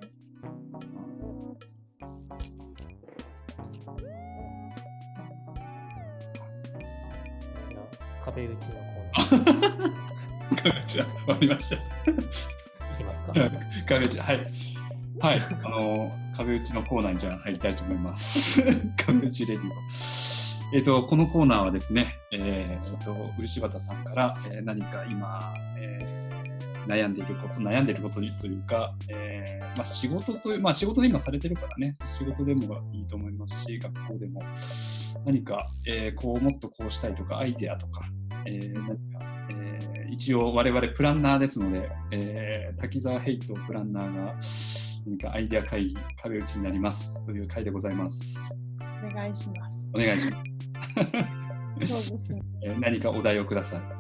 壁打ちのコーナー。 壁打ちは終わりました。いきますか。 壁打ち、はい。はい。壁打ちのコーナーにじゃあ入りたいと思います。壁打ちレディオ。このコーナーはですね、漆畑さんから、何か今、悩んでいることというか、仕事で今されてるからね、仕事でもいいと思いますし、学校でも何か、もっとこうしたいとか、アイデアとか、何か一応我々プランナーですので、滝沢ヘイトプランナーが何かアイデア会議、壁打ちになりますという会でございます。 お願いします。 お願いします。 そうですね。 何かお題をください。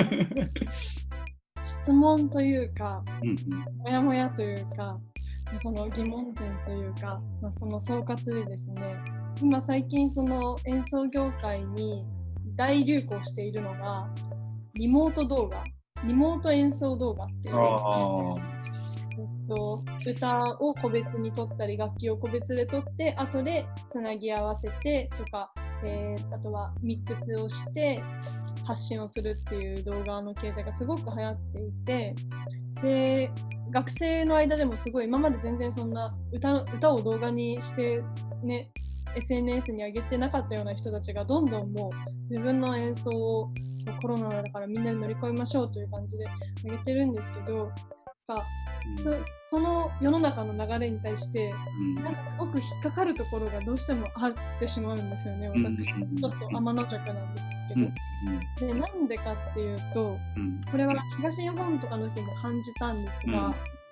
質問というか、もやもやというか、その疑問点というか、その総括でですね、今最近その演奏業界に大流行しているのがリモート演奏動画っていう。 歌を個別に取ったり楽器を個別で取って後でつなぎ合わせてとか、あとはミックスをして発信をするっていう動画の形態がすごく流行っていて、で学生の間でもすごい今まで全然そんな歌を動画にしてね SNS に上げてなかったような人たちがどんどんもう自分の演奏をコロナだからみんなで乗り越えましょうという感じで上げてるんですけど、その世の中の流れに対してなんかすごく引っかかるところがどうしてもあってしまうんですよね。私ちょっと天の弱なんですけど、でなんでかっていうと、これは東日本とかの時も感じたんですが、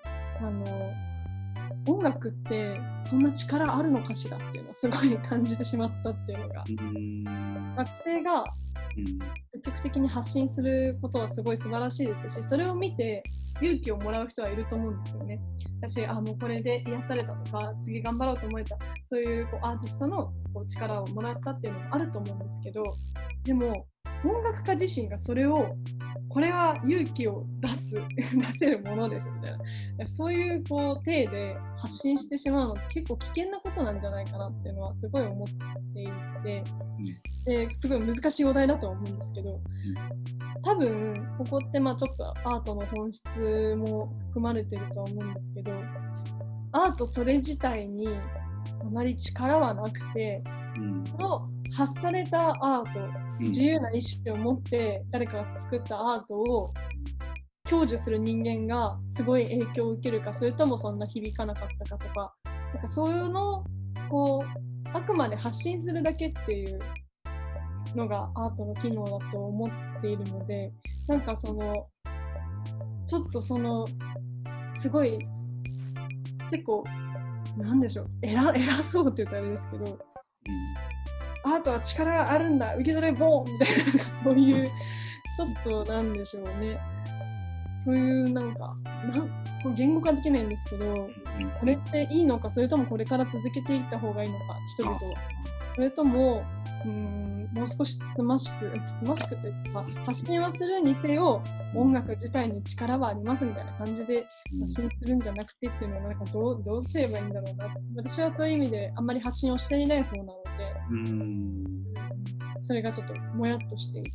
音楽ってそんな力あるのかしらっていうのをすごい感じてしまったっていうのが、学生が積極的に発信することはすごい素晴らしいですし、それを見て勇気をもらう人はいると思うんですよね。私もうこれで癒されたとか次頑張ろうと思えた、そういうアーティストの力をもらったっていうのもあると思うんですけど、でも音楽家自身がそれをこれは勇気を出せるものですみたいな、そういう体で発信してしまうのって結構危険なことなんじゃないかなっていうのはすごい思っていて、ですごい難しいお題だとは思うんですけど、多分ここってちょっとアートの本質も含まれてるとは思うんですけど、アートそれ自体にあまり力はなくて、その発されたアート、自由な意志を持って誰かが作ったアートを享受する人間がすごい影響を受けるか、それともそんな響かなかったかとか、なんかそういうのをあくまで発信するだけっていうのがアートの機能だと思っているので、なんかちょっとすごい結構なんでしょう、偉そうって言ったらあれですけど、アートは力があるんだ、受け取れボーンみたいな、なんかそういうちょっとなんでしょうね、そういうこれ言語化できないんですけど、これっていいのか、それともこれから続けていった方がいいのか、人々は。それとももう少しつつましくというか、発信はするにせよ音楽自体に力はありますみたいな感じで発信するんじゃなくてっていうのは、なんかどうすればいいんだろうな。私はそういう意味であんまり発信をしていない方なので、それがちょっともやっとしていて、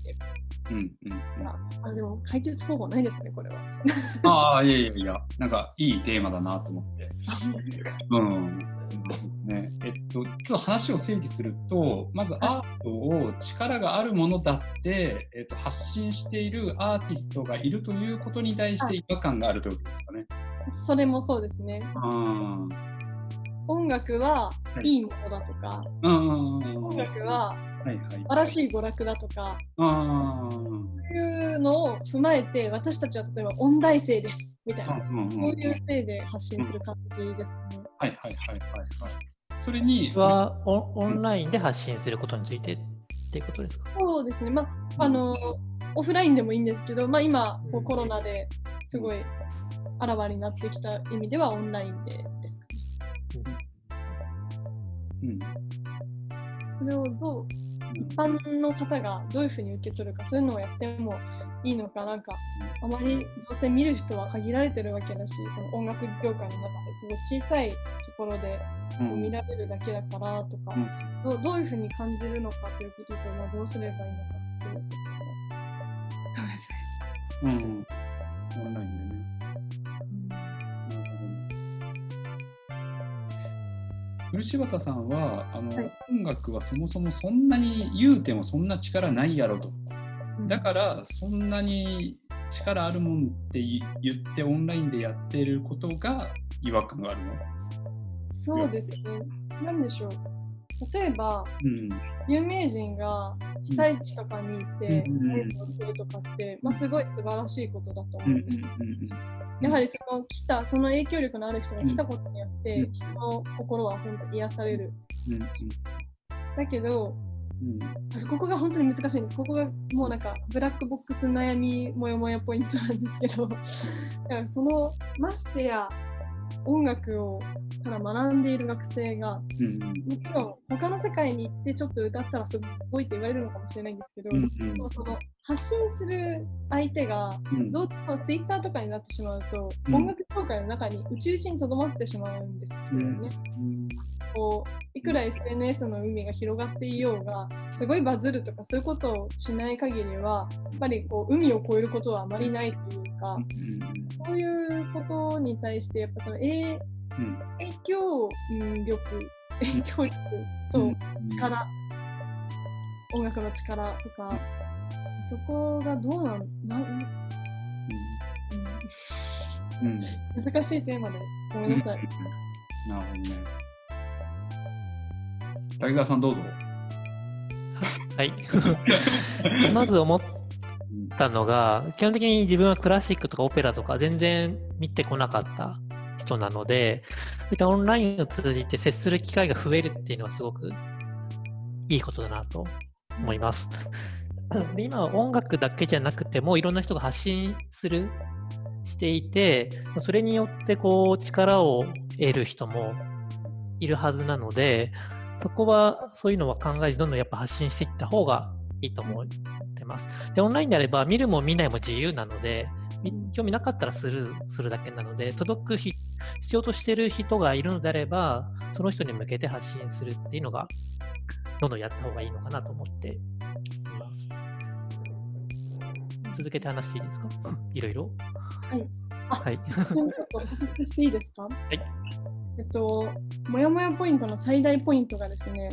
でも解決方法ないですね、これは。 いや、なんかいいテーマだなと思って。ちょっと話を整理すると、まずアートを力があるものだって、発信しているアーティストがいるということに対して違和感があるということですかね。 それもそうですね。音楽はいいものだとか、音楽は素晴らしい娯楽だとか、そういうのを踏まえて、私たちは例えば音大生ですみたいな、そういう体で発信する感じですかね。 それにはオンラインで発信することについてっていうことですか？ そうですね。オフラインでもいいんですけど、今コロナですごいあらわになってきた意味ではオンラインでですかね。それを一般の方がどういうふうに受け取るか、そういうのをやってもいいのか、なんかあまりどうせ見る人は限られてるわけだし、その音楽業界の中ですごい小さいところで見られるだけだからとか、どういうふうに感じるのかということと、どうすればいいのかっていうこと、そうですね。 オンラインでね。漆畑さんは音楽はそもそもそんなに言うてもそんな力ないやろと、だからそんなに力あるもんって言ってオンラインでやってることが違和感があるの？ そうですね。なんでしょう、例えば、有名人が被災地とかに行ってライブをするとかって、すごい素晴らしいことだと思うんですよ。やはりその影響力のある人が来たことによって人の心は本当に癒される。だけど、ここが本当に難しいんです。ここがもうなんかブラックボックス悩みもやもやポイントなんですけど、だからましてや音楽をから学んでいる学生が、もちろん他の世界に行ってちょっと歌ったらすごいって言われるのかもしれないんですけど、その発信する相手が、どうせそのツイッターとかになってしまうと、音楽業界の中に内々にとどまってしまうんですよね。こういくら SNS の海が広がっていようが、すごいバズるとかそういうことをしない限りは、やっぱりこう海を越えることはあまりないというか、そういうことに対してやっぱその影響力と力、音楽の力とか、そこがどう難しいテーマでごめんなさい。 なるほどね。滝沢さんどうぞ。 はい。まず思ったのが、基本的に自分はクラシックとかオペラとか全然見てこなかった人なので、そういったオンラインを通じて接する機会が増えるっていうのはすごくいいことだなと思います。で、今は音楽だけじゃなくてもいろんな人が発信していて、それによってこう力を得る人もいるはずなので、そこはそういうのは考えずどんどんやっぱ発信していった方がいいと思ってます。で、オンラインであれば見るも見ないも自由なので、興味なかったらスルーするだけなので、必要としている人がいるのであれば、その人に向けて発信するっていうのがどんどんやった方がいいのかなと思っています。続けて話していいですか？いろいろ。 はい。ちょっと補足していいですか？ はい。 もやもやポイントの最大ポイントがですね、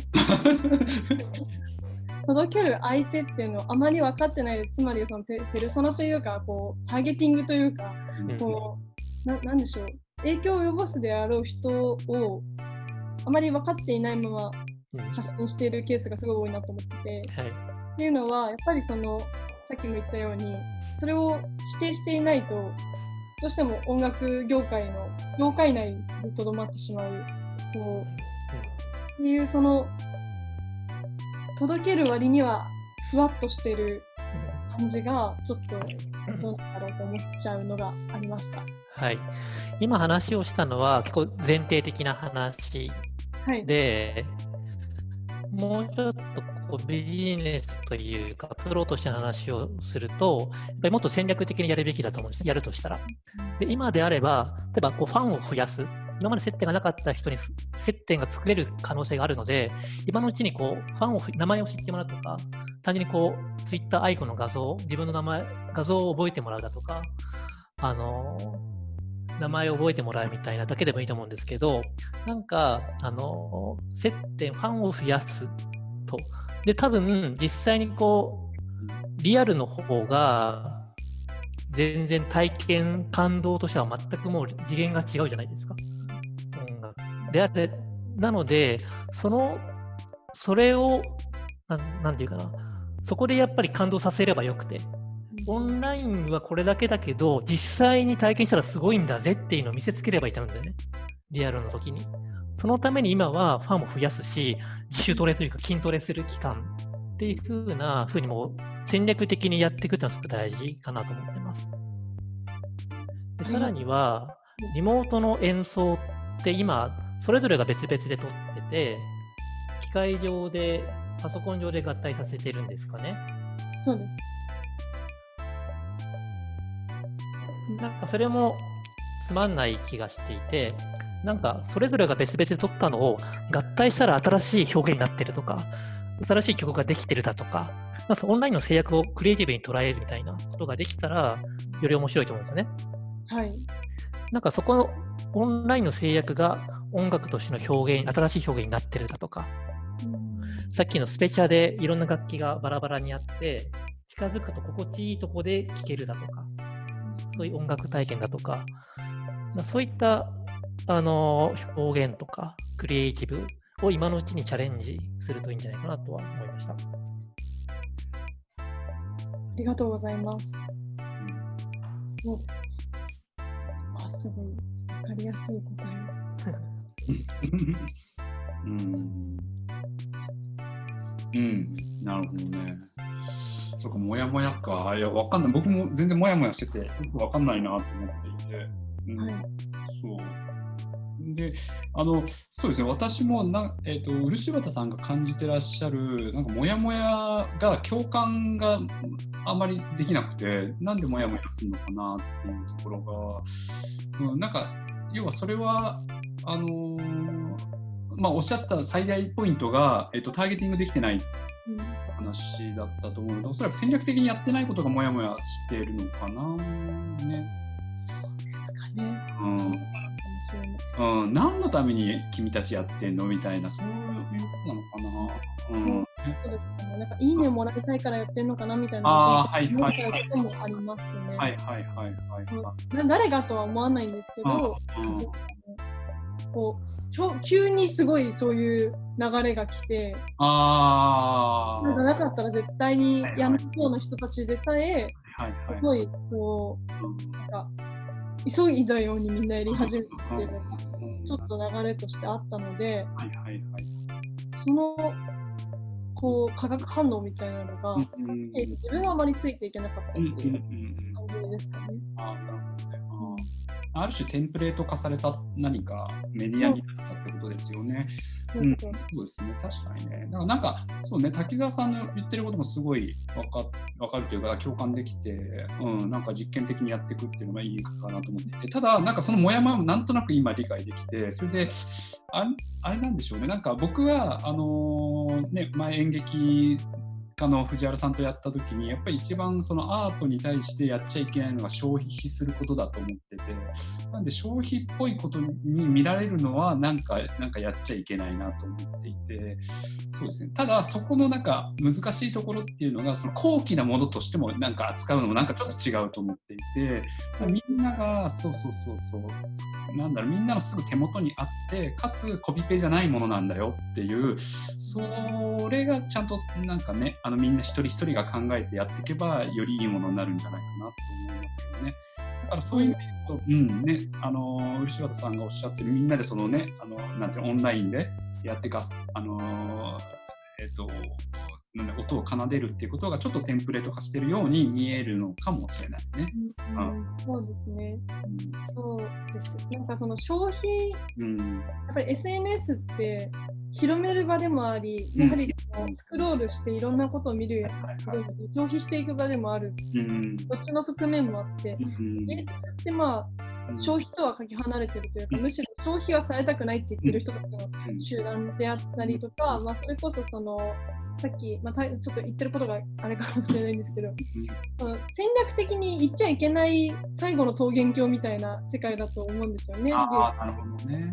届ける相手っていうのをあまり分かってないで、つまりそのペルソナというか、こうターゲティングというか、こうなんでしょう、影響を及ぼすであろう人をあまり分かっていないまま発信しているケースがすごい多いなと思ってて、っていうのはやっぱりそのさっきも言ったように、それを指定していないとどうしても音楽業界の業界内にとどまってしまう、こうっていうその届ける割にはふわっとしてる感じがちょっとどうだろうと思っちゃうのがありました。 はい。今話をしたのは結構前提的な話で、もうちょっとこうビジネスというかプロとしての話をすると、やっぱりもっと戦略的にやるべきだと思うんです。やるとしたら。で、今であれば、例えばこうファンを増やす。今まで接点がなかった人に接点が作れる可能性があるので、今のうちにこうファン名前を知ってもらうとか、単純にこうツイッターアイコンの画像、自分の画像を覚えてもらうだとか、名前を覚えてもらうみたいなだけでもいいと思うんですけど、なんか接点、ファンを増やすと。で、多分実際にこうリアルの方が全然体験、感動としては全くもう次元が違うじゃないですか。なので、それをなんていうかな、そこでやっぱり感動させればよくて、オンラインはこれだけだけど、実際に体験したらすごいんだぜっていうのを見せつければいいんだよね、リアルの時に。そのために今はファンも増やすし、自主トレというか筋トレする期間っていう風にもう戦略的にやっていくっていうのはすごく大事かなと思ってます。で、さらには、リモートの演奏って今、それぞれが別々で撮ってて、機械上で、パソコン上で合体させてるんですかね。 そうです。 なんかそれもつまんない気がしていて、なんかそれぞれが別々で撮ったのを合体したら新しい表現になってるとか、新しい曲ができてるだとか、オンラインの制約をクリエイティブに捉えるみたいなことができたら、より面白いと思うんですよね。 はい。 なんかそこのオンラインの制約が音楽としての表現、新しい表現になってるだとか、さっきのスペチャでいろんな楽器がバラバラにあって、近づくと心地いいとこで聴けるだとか、そういう音楽体験だとか、そういった表現とかクリエイティブを今のうちにチャレンジするといいんじゃないかなとは思いました。 ありがとうございます。そうですね。すごい分かりやすい答え。なるほどね。そうか、もやもやか。いや、わかんない。僕も全然もやもやしてて、よくわかんないなと思っていて。そう。 で、そうですね、私も漆畑さんが感じてらっしゃる、なんかモヤモヤが、共感があまりできなくて、なんでモヤモヤするのかなっていうところが、なんか、要はそれは、おっしゃった最大ポイントが、ターゲティングできてない話だったと思うので、おそらく戦略的にやってないことがモヤモヤしているのかな、ね。 そうですかね。そうかもしれない。 何のために君たちやってんのみたいな、そういうことなのかな。 そうですね。なんかいいねもらいたいからやってんのかなみたいな思っちゃうこともありますね。誰がとは思わないんですけど、こう急にすごいそういう流れが来て、じゃなかったら絶対にやめそうな人たちでさえ、すごいこうなんか急いだようにみんなやり始めてるのがちょっと流れとしてあったので、そのこう化学反応みたいなのが、自分はあまりついていけなかったっていう感じですかね。 ある種テンプレート化された何かメディアになったってことですよね。そうですね、確かにね。だからなんかそうね、滝沢さんの言ってることもすごい分かるというか共感できて、なんか実験的にやっていくっていうのがいいかなと思っていて、ただなんかそのモヤモヤもなんとなく今理解できて、それであれなんでしょうね。なんか僕は前演劇家の藤原さんとやった時にやっぱり一番そのアートに対してやっちゃいけないのが消費することだと思ってて、なんで消費っぽいことに見られるのはなんかやっちゃいけないなと思っていて、そうですね。ただそこのなんか難しいところっていうのがその高貴なものとしてもなんか扱うのもなんかちょっと違うと思っていて、みんながなんだろう、みんなのすぐ手元にあってかつコピペじゃないものなんだよっていう、それがちゃんとなんかね、みんな一人一人が考えてやっていけばよりいいものになるんじゃないかなと思いますけどね。だからそういう意味で漆畑さんがおっしゃってるみんなでそのね、なんていうの、オンラインでやって音を奏でるっていうことがちょっとテンプレート化してるように見えるのかもしれないね。 そうですね。そうです。なんかその消費、やっぱり SNS って広める場でもあり、やはりそのスクロールしていろんなことを見る、消費していく場でもある、どっちの側面もあって、芸術って消費とはかけ離れてるというか、むしろ消費はされたくないって言ってる人たちの集団であったりとか、それこそそのさっき、ちょっと言ってることがあれかもしれないんですけど、戦略的に言っちゃいけない最後の桃源郷みたいな世界だと思うんですよね。 なるほどね。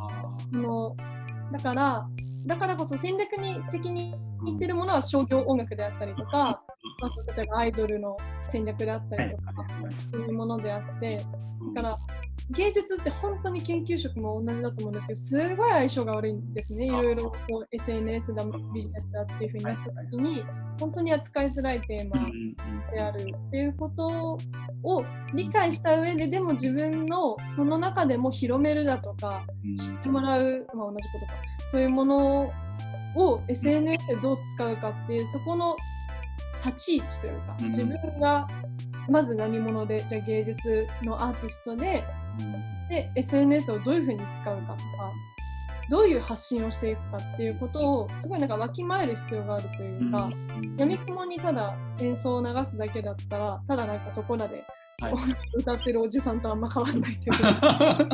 だからこそ戦略的に言ってるものは商業音楽であったりとか、例えばアイドルの戦略であったりとか、そういうものであって、だから芸術って本当に研究職も同じだと思うんですけど、すごい相性が悪いんですね。いろいろこう SNS だビジネスだっていう風になった時に、本当に扱いづらいテーマであるっていうことを理解した上で、でも自分のその中でも広めるだとか知ってもらう、同じことか、そういうものを SNS でどう使うかっていう、そこの立ち位置というか、自分がまず何者で、じゃあ芸術のアーティストで SNS をどういうふうに使うかとか、どういう発信をしていくかっていうことをすごいなんかわきまえる必要があるというか、闇雲にただ演奏を流すだけだったら、ただなんかそこらで、歌ってるおじさんとあんま変わんないというか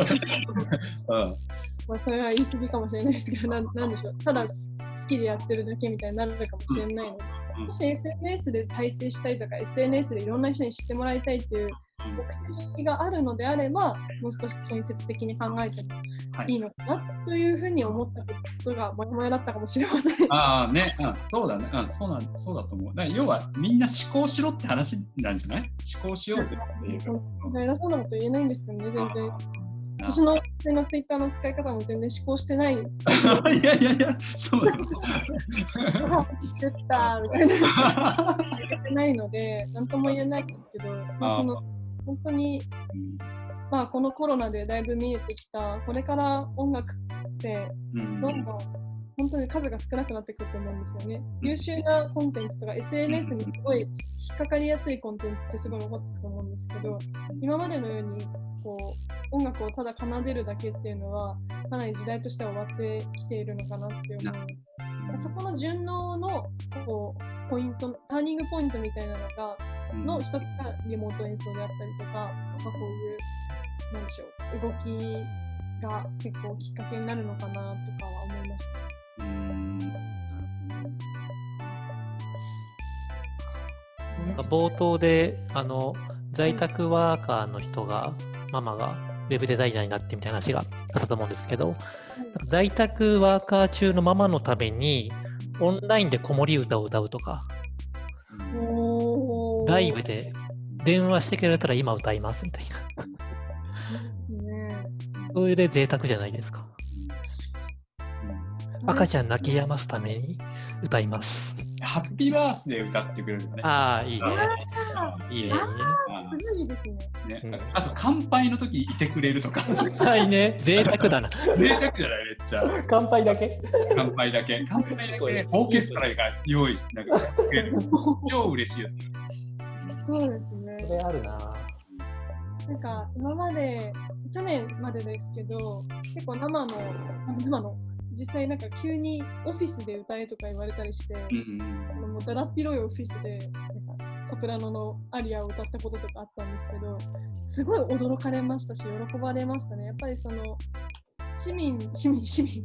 それは言い過ぎかもしれないですけど、なんでしょう、ただ好きでやってるだけみたいになるかもしれないので、もし SNS で大成したいとか SNS でいろんな人に知ってもらいたいっていう目的があるのであれば、もう少し建設的に考えてもいいのかなというふうに思ったことがモヤモヤだったかもしれません。 そうだね、そうだと思う。だから要はみんな思考しろって話なんじゃない？思考しようぜっていう。 偉そうなこと言えないんですけどね、全然。私のツイッターの使い方も全然思考してない。いや、そうなの。 言ったみたいな話言ってないので、なんとも言えないんですけど、本当に、このコロナでだいぶ見えてきた、これから音楽ってどんどん本当に数が少なくなってくると思うんですよね。優秀なコンテンツとか SNS にすごい引っかかりやすいコンテンツってすごい思ってると思うんですけど、今までのようにこう音楽をただ奏でるだけっていうのはかなり時代としては終わってきているのかなって思うので、そこの順応のこうポイント、ターニングポイントみたいなのがの一つがリモート演奏であったりとか、こういうなんでしょう、動きが結構きっかけになるのかなとかは思いました。 なんか冒頭で在宅ワーカーの人が、ママがウェブデザイナーになってみたいな話があったと思うんですけど、在宅ワーカー中のママのためにオンラインで子守歌を歌うとか、ライブで電話してくれたら今歌いますみたいな。それで贅沢じゃないですか。赤ちゃん泣き止ますために歌います。 ハッピーバースデー歌ってくれるのね。 ああ、いいね。いいね。 すごいいいですね。 あと、乾杯の時いてくれるとか。 乾杯ね。贅沢だな。 贅沢じゃないめっちゃ。 乾杯だけ乾杯だけ。乾杯だけ。オーケストラが用意して、超嬉しいです。 そうですね。 それあるな。 なんか今まで、去年までですけど、結構生の実際なんか急にオフィスで歌えとか言われたりして、もうだらっ広いオフィスでなんかソプラノのアリアを歌ったこととかあったんですけど、すごい驚かれましたし喜ばれましたね。やっぱりその市民一般市民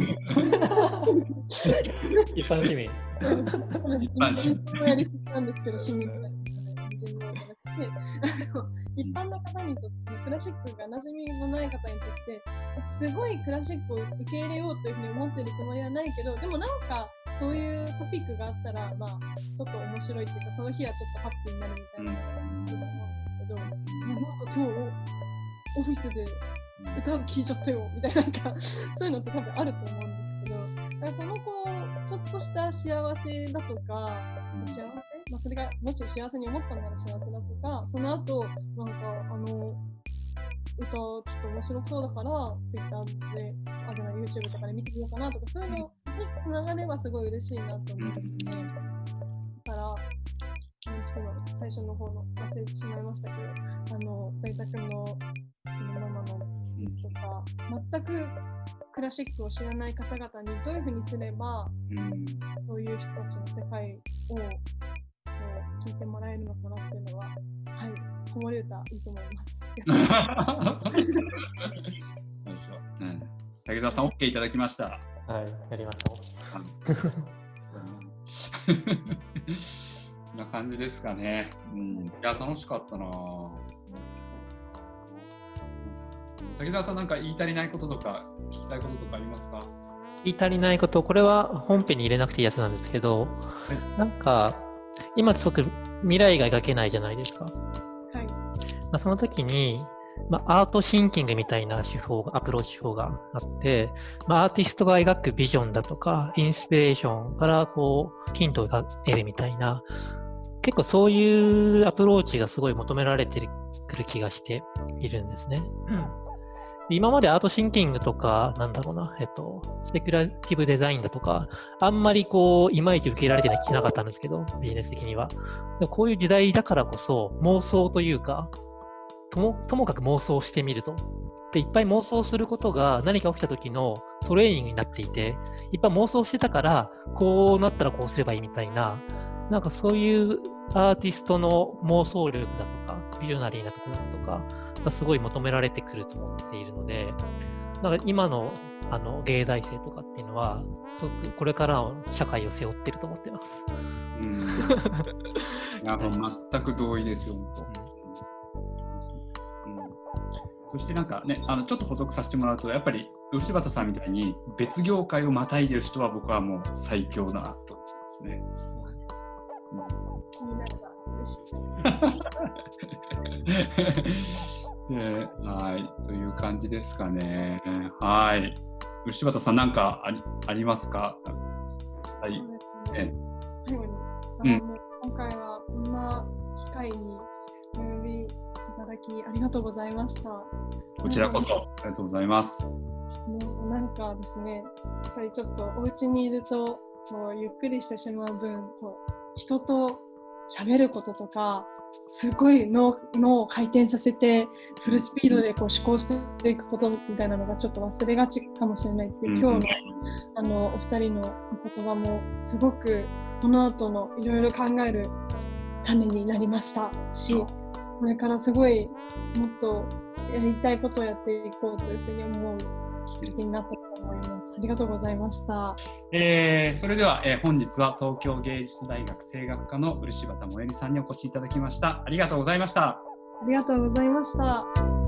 をやりすぎなんですけど、市民とか人狼じゃなくて一般の方にとってそのクラシックが馴染みのない方にとってすごいクラシックを受け入れようというふうに思ってるつもりはないけど、でもなんかそういうトピックがあったらまあちょっと面白いっていうか、その日はちょっとハッピーになるみたいなのがあると思うんですけど、なんか今日オフィスで歌を聴いちゃったよみたいな、なんかそういうのって多分あると思うんですけど、だからそのこうちょっとした幸せだとか、それがもし幸せに思ったんなら幸せだとか、その後なんか歌ちょっと面白そうだから Twitter でYouTube とかで見てみようかなとか、そういうのにつながればすごい嬉しいなと思ってだから最初の方の忘れてしまいましたけど、在宅のそのママのですとか、全くクラシックを知らない方々にどういうふうにすれば、そういう人たちの世界を聞いてもらえるのかなっていうのは、はい、子守歌いいと思います。 竹澤さん OK いただきました。 はい、やりましょう。 こんな感じですかね。いや楽しかったな。竹澤さんなんか言い足りないこととか聞きたいこととかありますか？ 言い足りないこと、これは本編に入れなくていいやつなんですけど、なんか今すごく未来が描けないじゃないですか。その時に、アートシンキングみたいなアプローチ手法があって、アーティストが描くビジョンだとかインスピレーションからこうヒントを得るみたいな、結構そういうアプローチがすごい求められてくる気がしているんですね。今までアートシンキングとか、スペキュラティブデザインだとか、あんまりこう、いまいち受け入れられてきてなかったんですけど、ビジネス的には。こういう時代だからこそ、妄想というか、ともかく妄想してみると。で、いっぱい妄想することが何か起きた時のトレーニングになっていて、いっぱい妄想してたから、こうなったらこうすればいいみたいな、なんかそういうアーティストの妄想力だとか、ビジョナリーなところだとか、がすごい求められてくると思っているので、なんか今の芸大生とかっていうのは、すごくこれからの社会を背負ってると思ってます。 全く同意ですよ。そしてなんかね、ちょっと補足させてもらうと、やっぱり漆畑さんみたいに別業界をまたいでる人は僕はもう最強だなと思いますね。 気になれば嬉しいです。 はい、という感じですかね。はい。漆畑さん、なんかありますか？ 最後に、今回はこんな機会にお呼びいただきありがとうございました。 こちらこそありがとうございます。 もうなんなんかですね、やっぱりちょっとお家にいるとこうゆっくりしてしまう分、こう人と喋ることとか、すごい脳を回転させてフルスピードでこう思考していくことみたいなのがちょっと忘れがちかもしれないですけど、今日のお二人の言葉もすごくこの後のいろいろ考える種になりましたし、これからすごいもっとやりたいことをやっていこうというふうに思うきっかけになったと思います。ありがとうございました。 それでは、本日は東京芸術大学声楽科の漆畑萌衣さんにお越しいただきました。ありがとうございました。 ありがとうございました。